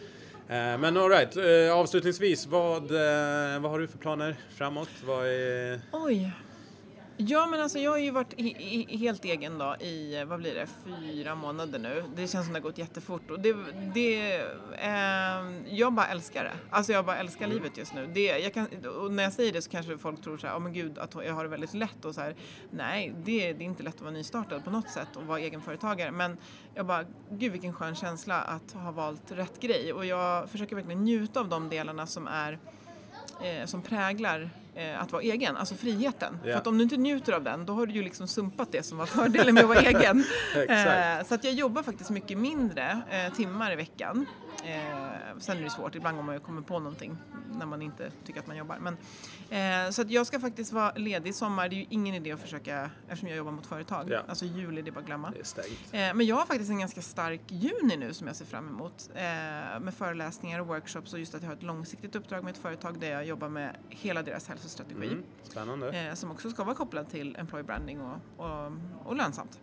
eh, men all right, eh, avslutningsvis, vad, eh, vad har du för planer framåt? Vad är... Oj. Ja, men alltså jag har ju varit i, i, helt egen då i, vad blir det, fyra månader nu. Det känns som det har gått jättefort. Och det, det, eh, jag bara älskar det. Alltså jag bara älskar Mm. livet just nu. Det, jag kan, och när jag säger det så kanske folk tror så här, åh men gud, att jag har det väldigt lätt och så här. Nej, det, det är inte lätt att vara nystartad på något sätt och vara egenföretagare. Men jag bara, gud vilken skön känsla att ha valt rätt grej. Och jag försöker verkligen njuta av de delarna som är Eh, som präglar eh, att vara egen, alltså friheten. Ja. För att om du inte njuter av den, då har du ju liksom sumpat det som var fördelen med att vara egen. Exakt. Eh, så att jag jobbar faktiskt mycket mindre eh, timmar i veckan. Eh, sen är det svårt, ibland om man kommer på någonting när man inte tycker att man jobbar. Men, eh, så att jag ska faktiskt vara ledig i sommar. Det är ju ingen idé att försöka, eftersom jag jobbar mot företag. Ja. Alltså juli, det är bara att glömma. Det är stängt. Eh, men jag har faktiskt en ganska stark juni nu som jag ser fram emot. Eh, med föreläsningar och workshops och just att jag har ett långsiktigt uppdrag med ett företag där jag jobbar med hela deras hälsostrategi. Mm. Spännande. Eh, som också ska vara kopplad till employer branding och, och, och lönsamt.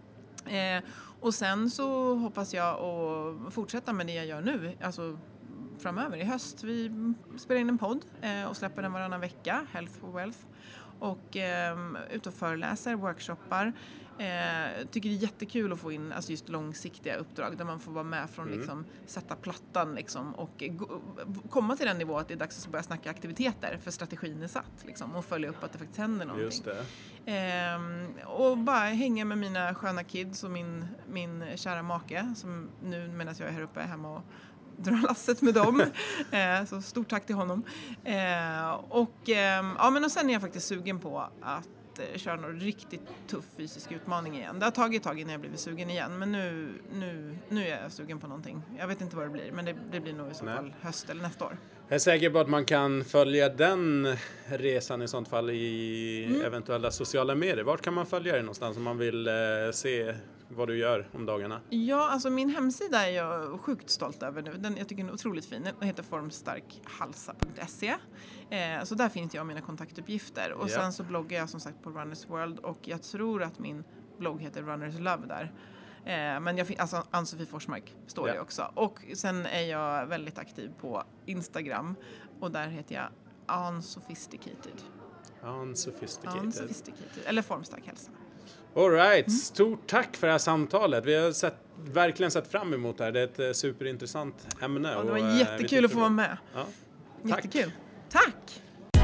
Eh, och sen så hoppas jag att fortsätta med det jag gör nu. Alltså framöver i höst. Vi spelar in en podd eh, och släpper den varannan vecka, Health for Wealth. Och eh, ut och föreläser, workshoppar. Eh, tycker det är jättekul att få in alltså just långsiktiga uppdrag där man får vara med från mm. liksom, sätta plattan liksom, och gå, komma till den nivå att det är dags att börja snacka aktiviteter för strategin är satt liksom, och följa upp att det faktiskt händer någonting. Just det. Eh, och bara hänga med mina sköna kids och min, min kära make som nu medan jag är här uppe är hemma och dra lasset med dem. eh, så stort tack till honom. Eh, och, eh, ja, men och sen är jag faktiskt sugen på att eh, köra någon riktigt tuff fysisk utmaning igen. Det har tagit tag innan jag blivit sugen igen. Men nu, nu, nu är jag sugen på någonting. Jag vet inte vad det blir. Men det, det blir nog i så Nej. fall höst eller nästa år. Jag är säker på att man kan följa den resan i sånt fall i mm. eventuella sociala medier. Vart kan man följa dig någonstans om man vill eh, se vad du gör om dagarna? Ja, alltså min hemsida är jag sjukt stolt över nu. Den, jag tycker den är otroligt fin. Den heter formstarkhalsa punkt se. Eh, så där finns jag och mina kontaktuppgifter. Och ja. sen så bloggar jag som sagt på Runners World. Och jag tror att min blogg heter Runners Love där. Eh, men jag, alltså Ann-Sofie Forsmark står ja. det också. Och sen är jag väldigt aktiv på Instagram. Och där heter jag Unsophisticated. Unsophisticated. Unsophisticated. Eller formstark hälsa. All right, mm. stort tack för det här samtalet. Vi har sett, verkligen sett fram emot det här. Det är ett superintressant ämne. Ja, det var och, jättekul att få vara med. Ja. Tack. Jättekul. Tack!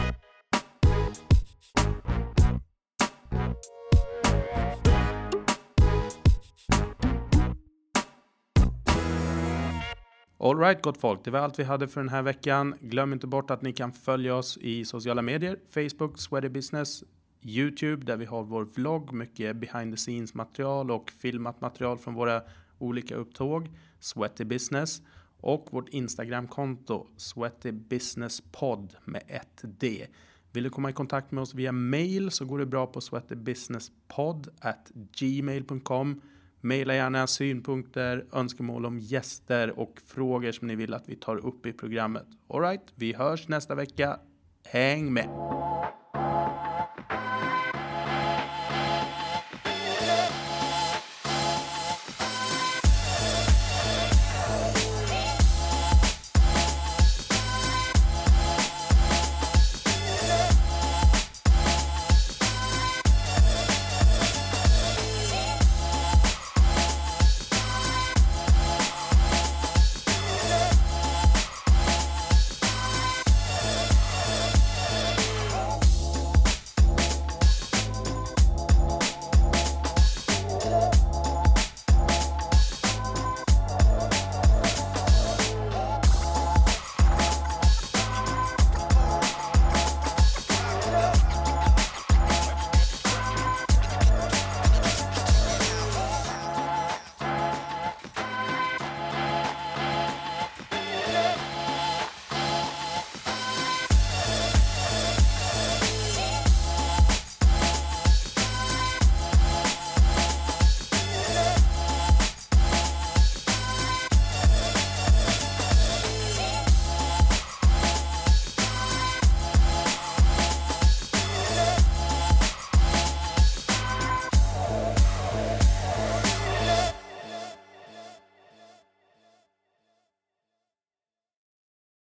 All right, gott folk. Det var allt vi hade för den här veckan. Glöm inte bort att ni kan följa oss i sociala medier. Facebook, Sweaty Business, YouTube där vi har vår vlogg, mycket behind the scenes material och filmat material från våra olika upptåg, Sweaty Business, och vårt Instagram-konto Sweaty Business Pod med ett D. Vill du komma i kontakt med oss via mail så går det bra på sweatybusinesspod at gmail punkt com. Maila gärna synpunkter, önskemål om gäster och frågor som ni vill att vi tar upp i programmet. All right, vi hörs nästa vecka. Häng med!